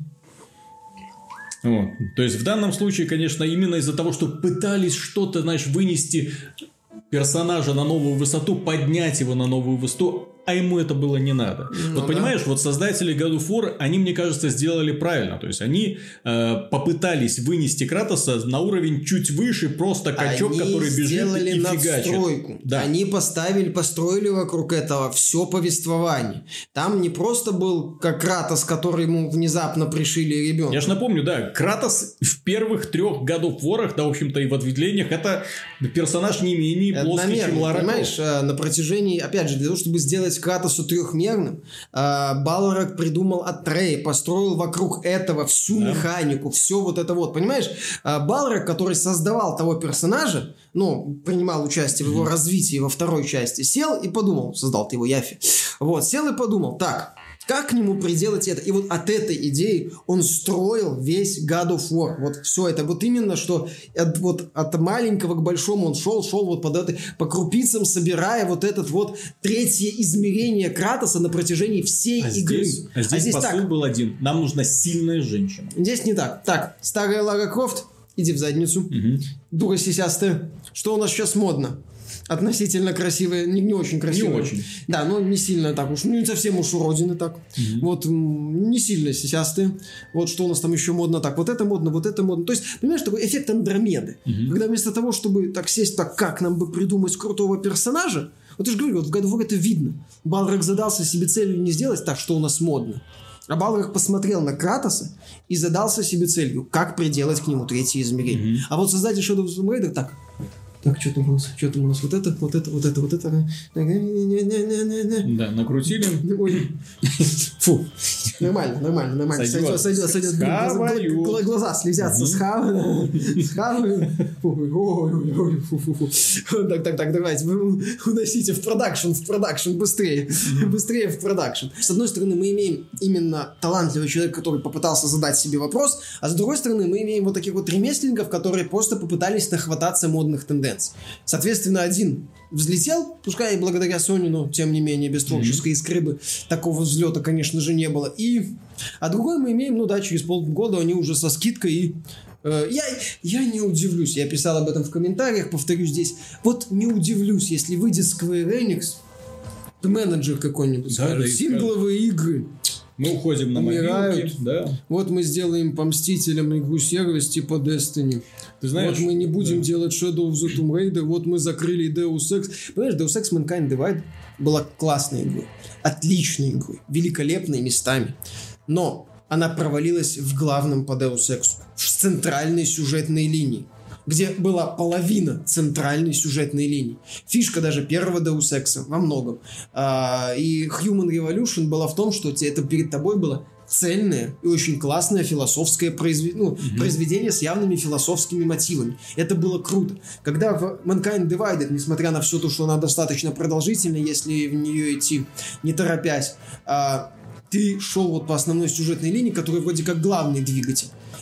Вот. То есть в данном случае, конечно, именно из-за того, что пытались что-то, знаешь, вынести персонажа на новую высоту, поднять его на новую высоту, а ему это было не надо. Ну, вот да. понимаешь, вот создатели God of War, они, мне кажется, сделали правильно. То есть они э, попытались вынести Кратоса на уровень чуть выше, просто качок, они который бежит и фигачит. Да. Они поставили, построили вокруг этого все повествование. Там не просто был как Кратос, который ему внезапно пришили ребенка. Я ж напомню, да, Кратос в первых трех God of War'ах, да, в общем-то, и в ответвлениях, это персонаж не менее плоский, чем Лара Крофт. Понимаешь, на протяжении, опять же, для того, чтобы сделать Кратосу трехмерным, Балрог придумал Атрея, построил вокруг этого всю да. механику, все вот это вот, понимаешь? Балрог, который создавал того персонажа, ну, принимал участие в его mm-hmm. развитии во второй части, сел и подумал, создал ты его Яфи, вот, сел и подумал, так, как к нему приделать это? И вот от этой идеи он строил весь God of War. Вот все это. Вот именно, что от, вот от маленького к большому он шел, шел вот под этой, по крупицам, собирая вот этот вот третье измерение Кратоса на протяжении всей а игры. Здесь, а здесь, а здесь посыл так. был один. Нам нужна сильная женщина. Здесь не так. Так, старая Лара Крофт, иди в задницу. Угу. Дура сисястая. Что у нас сейчас модно? Относительно красивые, не, не очень красивые. Не очень. Да, но не сильно так уж, ну не совсем уж уродины так. Mm-hmm. Вот, не сильно сисястые. Вот что у нас там еще модно так. Вот это модно, вот это модно. То есть, понимаешь, такой эффект Андромеды. Mm-hmm. Когда вместо того, чтобы так сесть, так как нам бы придумать крутого персонажа, вот я же говорю, вот в God of War это видно. Балрог задался себе целью не сделать так, что у нас модно. А Балрог посмотрел на Кратоса и задался себе целью, как приделать к нему третье измерение. Mm-hmm. А вот создатель Shadow of the Tomb Raider так... Так, что там у нас? Что там у нас? Вот это, вот это, вот это, вот это. Да, накрутили. Ой. Фу. Нормально, нормально, нормально. Сойдет, сойдет, сойдет. Глаза слезятся. Схаваю. Схаваю. Так, так, так, давайте. Уносите в продакшн, в продакшн, быстрее. Быстрее в продакшн. С одной стороны, мы имеем именно талантливого человека, который попытался задать себе вопрос, а с другой стороны, мы имеем вот таких вот ремесленников, которые просто попытались нахвататься модных тенденций. Соответственно, один взлетел, пускай и благодаря Sony, но тем не менее без творческой искры бы такого взлета, конечно же, не было. И... А другой мы имеем, ну да, через полгода они уже со скидкой и... Э, я, я не удивлюсь, я писал об этом в комментариях, повторюсь здесь. Вот не удивлюсь, если выйдет Square Enix, менеджер какой-нибудь, да, скажет, да, сингловые игры. Мы уходим на мобилки, да. Вот мы сделаем по Мстителям игру-сервис типа Destiny. Ты знаешь, вот мы не будем да. делать Shadow of the Tomb Raider. Вот мы закрыли Deus Ex. Понимаешь, Deus Ex Mankind Divided была классной игрой. Отличной игрой. Великолепной местами. Но она провалилась в главном по Deus Ex. В центральной сюжетной линии. Где была половина центральной сюжетной линии. Фишка даже первого Deus Ex во многом. А, и Human Revolution была в том, что это перед тобой было цельное и очень классное философское произвед... ну, mm-hmm. произведение с явными философскими мотивами. Это было круто. Когда в Mankind Divided, несмотря на все то, что она достаточно продолжительная, если в нее идти не торопясь, а, ты шел вот по основной сюжетной линии, которая вроде как главный двигатель.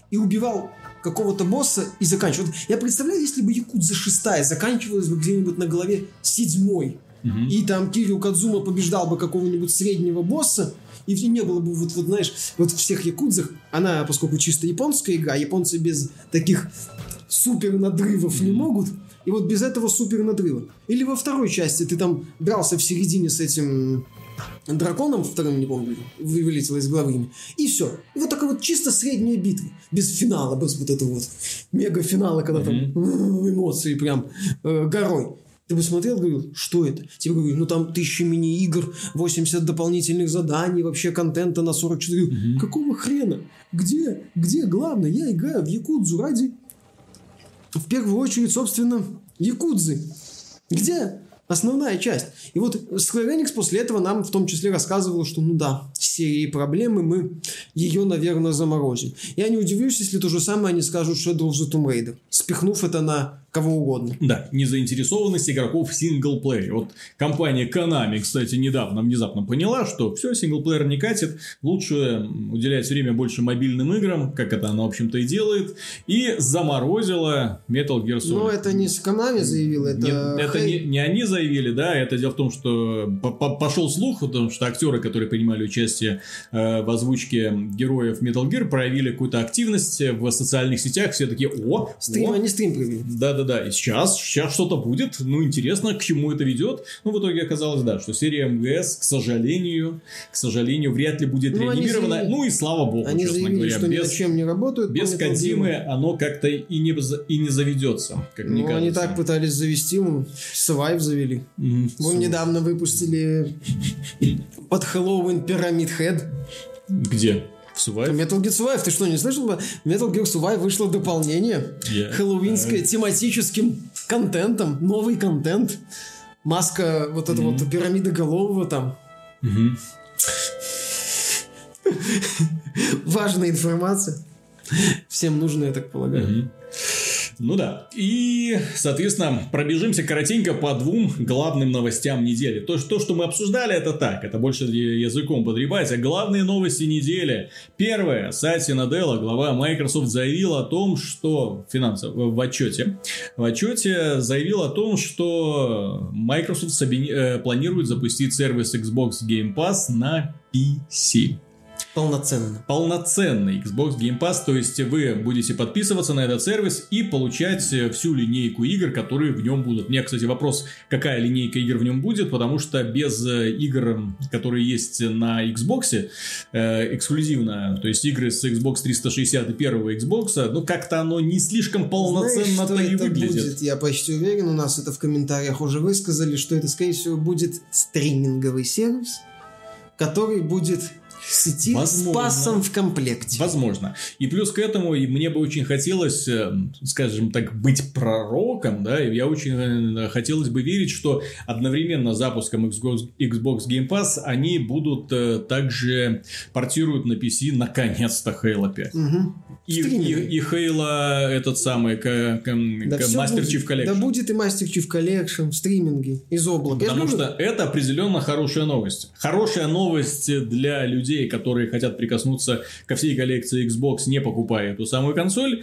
и убивал какого-то босса и заканчивал. Вот я представляю, если бы Якудза шестая заканчивалась бы где-нибудь на голове седьмой, угу. и там Кирио Кадзума побеждал бы какого-нибудь среднего босса, и не было бы, вот, вот знаешь, вот в всех Якудзах, она, поскольку чисто японская игра, японцы без таких супер надрывов не могут, и вот без этого супер надрыва. Или во второй части ты там дрался в середине с этим драконом, вторым, не помню, вылетело из головы имя, и все. И вот такая вот чисто средняя битва, без финала, без вот этого вот мега-финала, когда mm-hmm. там эмоции прям э, горой. Ты бы смотрел, говорил, что это? Тебе говорю, ну там тысячи мини-игр, восемьдесят дополнительных заданий, вообще контента на сорок четыре. Mm-hmm. Какого хрена? Где? Где главное? Я играю в Якудзу ради, в первую очередь, собственно, Якудзы. Где основная часть? И вот Square Enix после этого нам в том числе рассказывал, что ну да, с серией проблемы мы ее, наверное, заморозим. Я не удивлюсь, если то же самое они скажут Shadow of the Tomb Raider, спихнув это на кого угодно. Да, незаинтересованность игроков в синглплеере. Вот компания Konami, кстати, недавно внезапно поняла, что все, синглплеер не катит, лучше уделять время больше мобильным играм, как это она, в общем-то, и делает, и заморозила Metal Gear Solid. Но это не Konami заявила, это... Не, это не, не они заявили, да, это дело в том, что пошел слух, потому что актеры, которые принимали участие э, в озвучке героев Metal Gear, проявили какую-то активность в социальных сетях, все такие, о, стрим, о. они стрим провели. Да, Да-да-да, и сейчас, сейчас что-то будет, ну, интересно, к чему это ведет. Ну, в итоге оказалось, да, что серия эм джи эс, к сожалению, к сожалению, вряд ли будет ну, реанимирована. Заявили, ну, и слава богу, они честно заявили, говоря. Что без, ни чем не работают. Без Кодзимы оно как-то и не, и не заведется, как ну, мне кажется. Они так пытались завести, Survive завели. Mm-hmm. Вон недавно выпустили под Хэллоуин Pyramid Head. Где? Survive? Metal Gear Survive, ты что, не слышал? В Metal Gear Survive вышло дополнение yeah. хэллоуинское, yeah. тематическим контентом, новый контент. Маска вот эта mm-hmm. вот пирамида голового там. Mm-hmm. Важная информация. Всем нужно, я так полагаю. Mm-hmm. Ну да. И, соответственно, пробежимся коротенько по двум главным новостям недели. То, то, что мы обсуждали, это так. Это больше языком подребать. А главные новости недели. Первое. Сатья Наделла, глава Microsoft, заявил о том, что... Финансов... В отчете. В отчете заявил о том, что Microsoft соби... планирует запустить сервис Xbox Game Pass на пи си. Полноценно. Полноценный Xbox Game Pass, то есть вы будете подписываться на этот сервис и получать всю линейку игр, которые в нем будут. У меня, кстати, вопрос, какая линейка игр в нем будет, потому что без игр, которые есть на Xbox, э, эксклюзивно, то есть игры с Xbox триста шестьдесят и первого Xbox, ну как-то оно не слишком полноценно-то и выглядит. Будет? Я почти уверен, у нас это в комментариях уже высказали, что это, скорее всего, будет стриминговый сервис, который будет... Сети с пассом в комплекте. Возможно. И плюс к этому мне бы очень хотелось, скажем так, быть пророком, да, и я очень хотелось бы верить, что одновременно с запуском Xbox, Xbox Game Pass они будут также портируют на пи си наконец-то Halo пять. Угу. И, и, и Halo этот самый к, к, да к Master Chief Collection. Да будет и Master Chief Collection в стриминге из облака. Потому что это определенно хорошая новость. Хорошая новость для людей, которые хотят прикоснуться ко всей коллекции Xbox, не покупая эту самую консоль.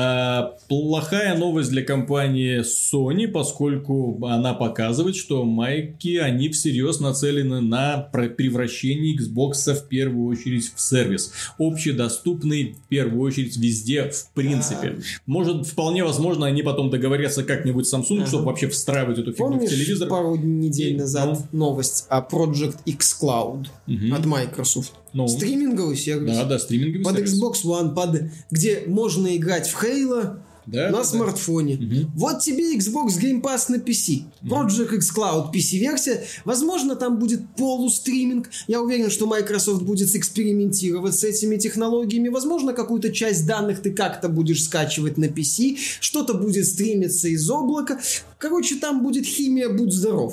А, плохая новость для компании Sony, поскольку она показывает, что майки, они всерьез нацелены на превращение Xbox в первую очередь в сервис. Общедоступный в первую очередь везде в принципе. Может, вполне возможно, они потом договорятся как-нибудь с Samsung, ага. чтобы вообще встраивать эту фигню Помнишь, в телевизор. пару недель назад ну... новость о Project X Cloud угу. от Microsoft. Ну, стриминговый сервис. Да, да, стриминговый под сервис. Xbox One, под... где можно играть в Halo да, на да. смартфоне. Угу. Вот тебе Xbox Game Pass на пи си. Project X Cloud пи си-версия. Возможно, там будет полустриминг. Я уверен, что Microsoft будет экспериментировать с этими технологиями. Возможно, какую-то часть данных ты как-то будешь скачивать на пи си. Что-то будет стримиться из облака. Короче, там будет химия, будь здоров.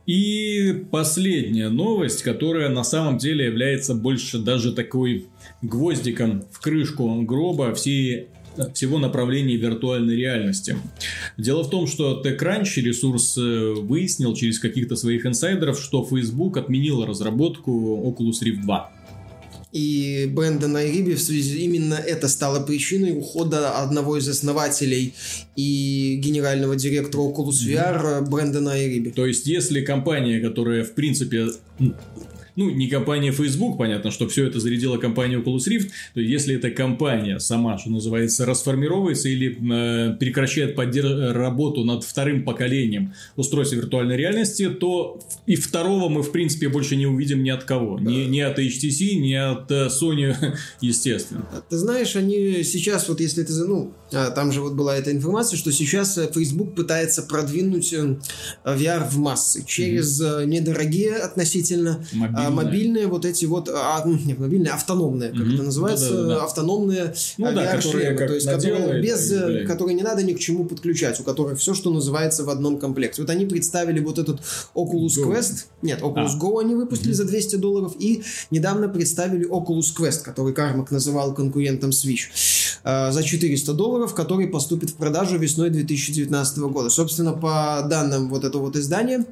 И последняя новость, которая на самом деле является больше даже такой гвоздиком в крышку гроба всей, всего направления виртуальной реальности. Дело в том, что TechCrunch ресурс выяснил через каких-то своих инсайдеров, что Facebook отменила разработку Oculus Rift два. И Брэндон Айриби в связи именно это стало причиной ухода одного из основателей и генерального директора Oculus ви ар Брэндона Айриби. То есть, если компания, которая в принципе... Ну, не компания Facebook, понятно, что все это зарядила компания Oculus Rift, то если эта компания сама, что называется, расформировывается или э, прекращает поддерж... работу над вторым поколением устройств виртуальной реальности, то и второго мы, в принципе, больше не увидим ни от кого. Ни, ни от эйч ти си, ни от Sony, естественно. Ты знаешь, они сейчас, вот если ты... Ну, там же вот была эта информация, что сейчас Facebook пытается продвинуть ви ар в массы через mm-hmm. недорогие относительно... Мобильные. мобильные вот эти вот, а, нет, мобильные, автономные, как mm-hmm. это называется, да, да, да. автономные ну, ви ар-шлемы, да, то есть которые, без, и, которые не надо ни к чему подключать, у которых все, что называется, в одном комплекте. Вот они представили вот этот Oculus Go. Quest, нет, Oculus а. Go они выпустили mm-hmm. за двести долларов, и недавно представили Oculus Quest, который Кармак называл конкурентом Switch, э, за четыреста долларов, который поступит в продажу весной две тысячи девятнадцатого года. Собственно, по данным вот этого вот издания,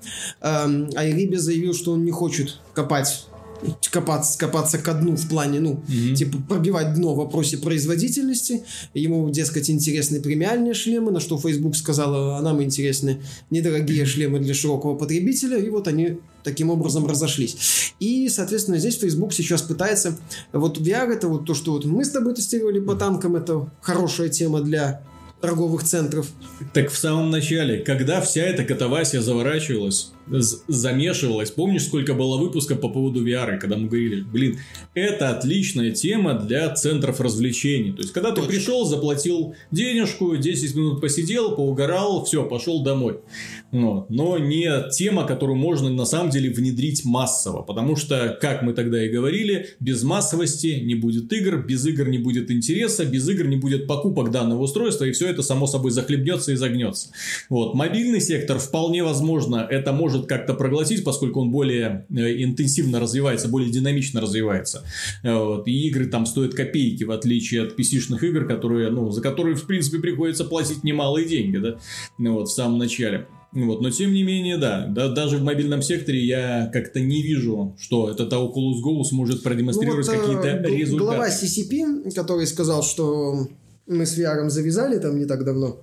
э, Айриби заявил, что он не хочет копать Копаться, копаться ко дну в плане, ну, mm-hmm. типа, пробивать дно в вопросе производительности. Ему, дескать, интересны премиальные шлемы, на что Facebook сказала, а нам интересны недорогие шлемы для широкого потребителя, и вот они таким образом разошлись. И, соответственно, здесь Facebook сейчас пытается... Вот ви ар, это вот то, что вот мы с тобой тестировали по танкам, это хорошая тема для торговых центров. Так в самом начале, когда вся эта катавасия заворачивалась, замешивалась, помнишь, сколько было выпусков по поводу ви ар, когда мы говорили, блин, это отличная тема для центров развлечений. То есть, когда ты Точно. пришел, заплатил денежку, десять минут посидел, поугарал, все, пошел домой. Но, но не тема, которую можно на самом деле внедрить массово. Потому что, как мы тогда и говорили, без массовости не будет игр, без игр не будет интереса, без игр не будет покупок данного устройства, и все это само собой захлебнется и загнется. Вот. Мобильный сектор вполне возможно это может как-то проглотить, поскольку он более интенсивно развивается, более динамично развивается. Вот. И игры там стоят копейки, в отличие от пи си-шных игр, которые, ну, за которые в принципе приходится платить немалые деньги, да? Вот, в самом начале. Вот, но тем не менее, да, да, даже в мобильном секторе я как-то не вижу, что этот Oculus Go сможет продемонстрировать ну, вот, какие-то результаты. Глава си си пи, который сказал, что мы с ви ар завязали там не так давно,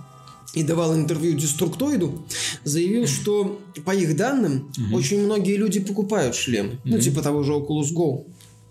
и давал интервью Деструктоиду, заявил, что по их данным mm-hmm. очень многие люди покупают шлемы. Mm-hmm. Ну, типа того же Oculus Go,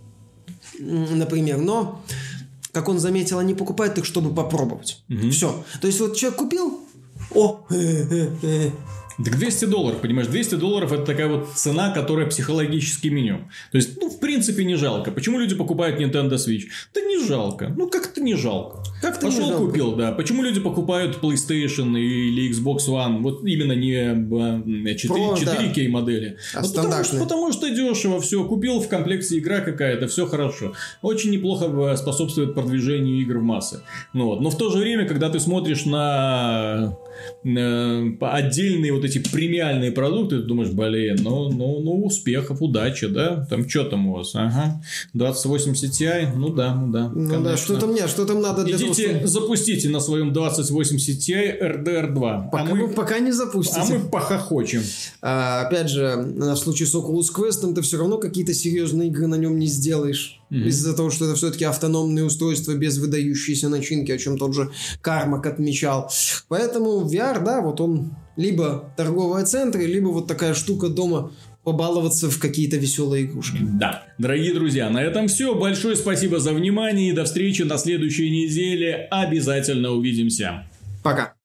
например. Но, как он заметил, они покупают их, чтобы попробовать. Mm-hmm. Все. То есть, вот человек купил, о, э-э-э. Так двести долларов, понимаешь, двести долларов это такая вот цена, которая психологически минимум. То есть, ну, в принципе, не жалко. Почему люди покупают Nintendo Switch? Да не жалко. Ну, как-то не жалко. Как-то Пошел, не жалко. купил, да. Почему люди покупают PlayStation или Xbox One? Вот именно не четыре кей модели. А вот потому, что, потому что дешево, все. Купил, в комплекте игра какая-то, все хорошо. Очень неплохо способствует продвижению игр в массы. Ну, вот. Но в то же время, когда ты смотришь на... отдельные вот эти премиальные продукты, ты думаешь, блин, ну, ну, ну, успехов, удачи, да? Там что там у вас? Ага, двадцать восемьдесят Ti, ну да, ну да. Ну да, что там мне, что там надо для Идите, того, чтобы... запустите на своем двадцать восемьдесят Ti эр ди ар два. Пока, а мы, пока не запустите. А мы похохочем. А, опять же, в случае с Oculus Quest ты все равно какие-то серьезные игры на нем не сделаешь. Mm-hmm. Из-за того, что это все-таки автономные устройства без выдающейся начинки, о чем тот же Кармак отмечал. Поэтому ви ар, да, вот он либо торговые центры, либо вот такая штука дома побаловаться в какие-то веселые игрушки. Да. Дорогие друзья, на этом все. Большое спасибо за внимание и до встречи на следующей неделе. Обязательно увидимся. Пока.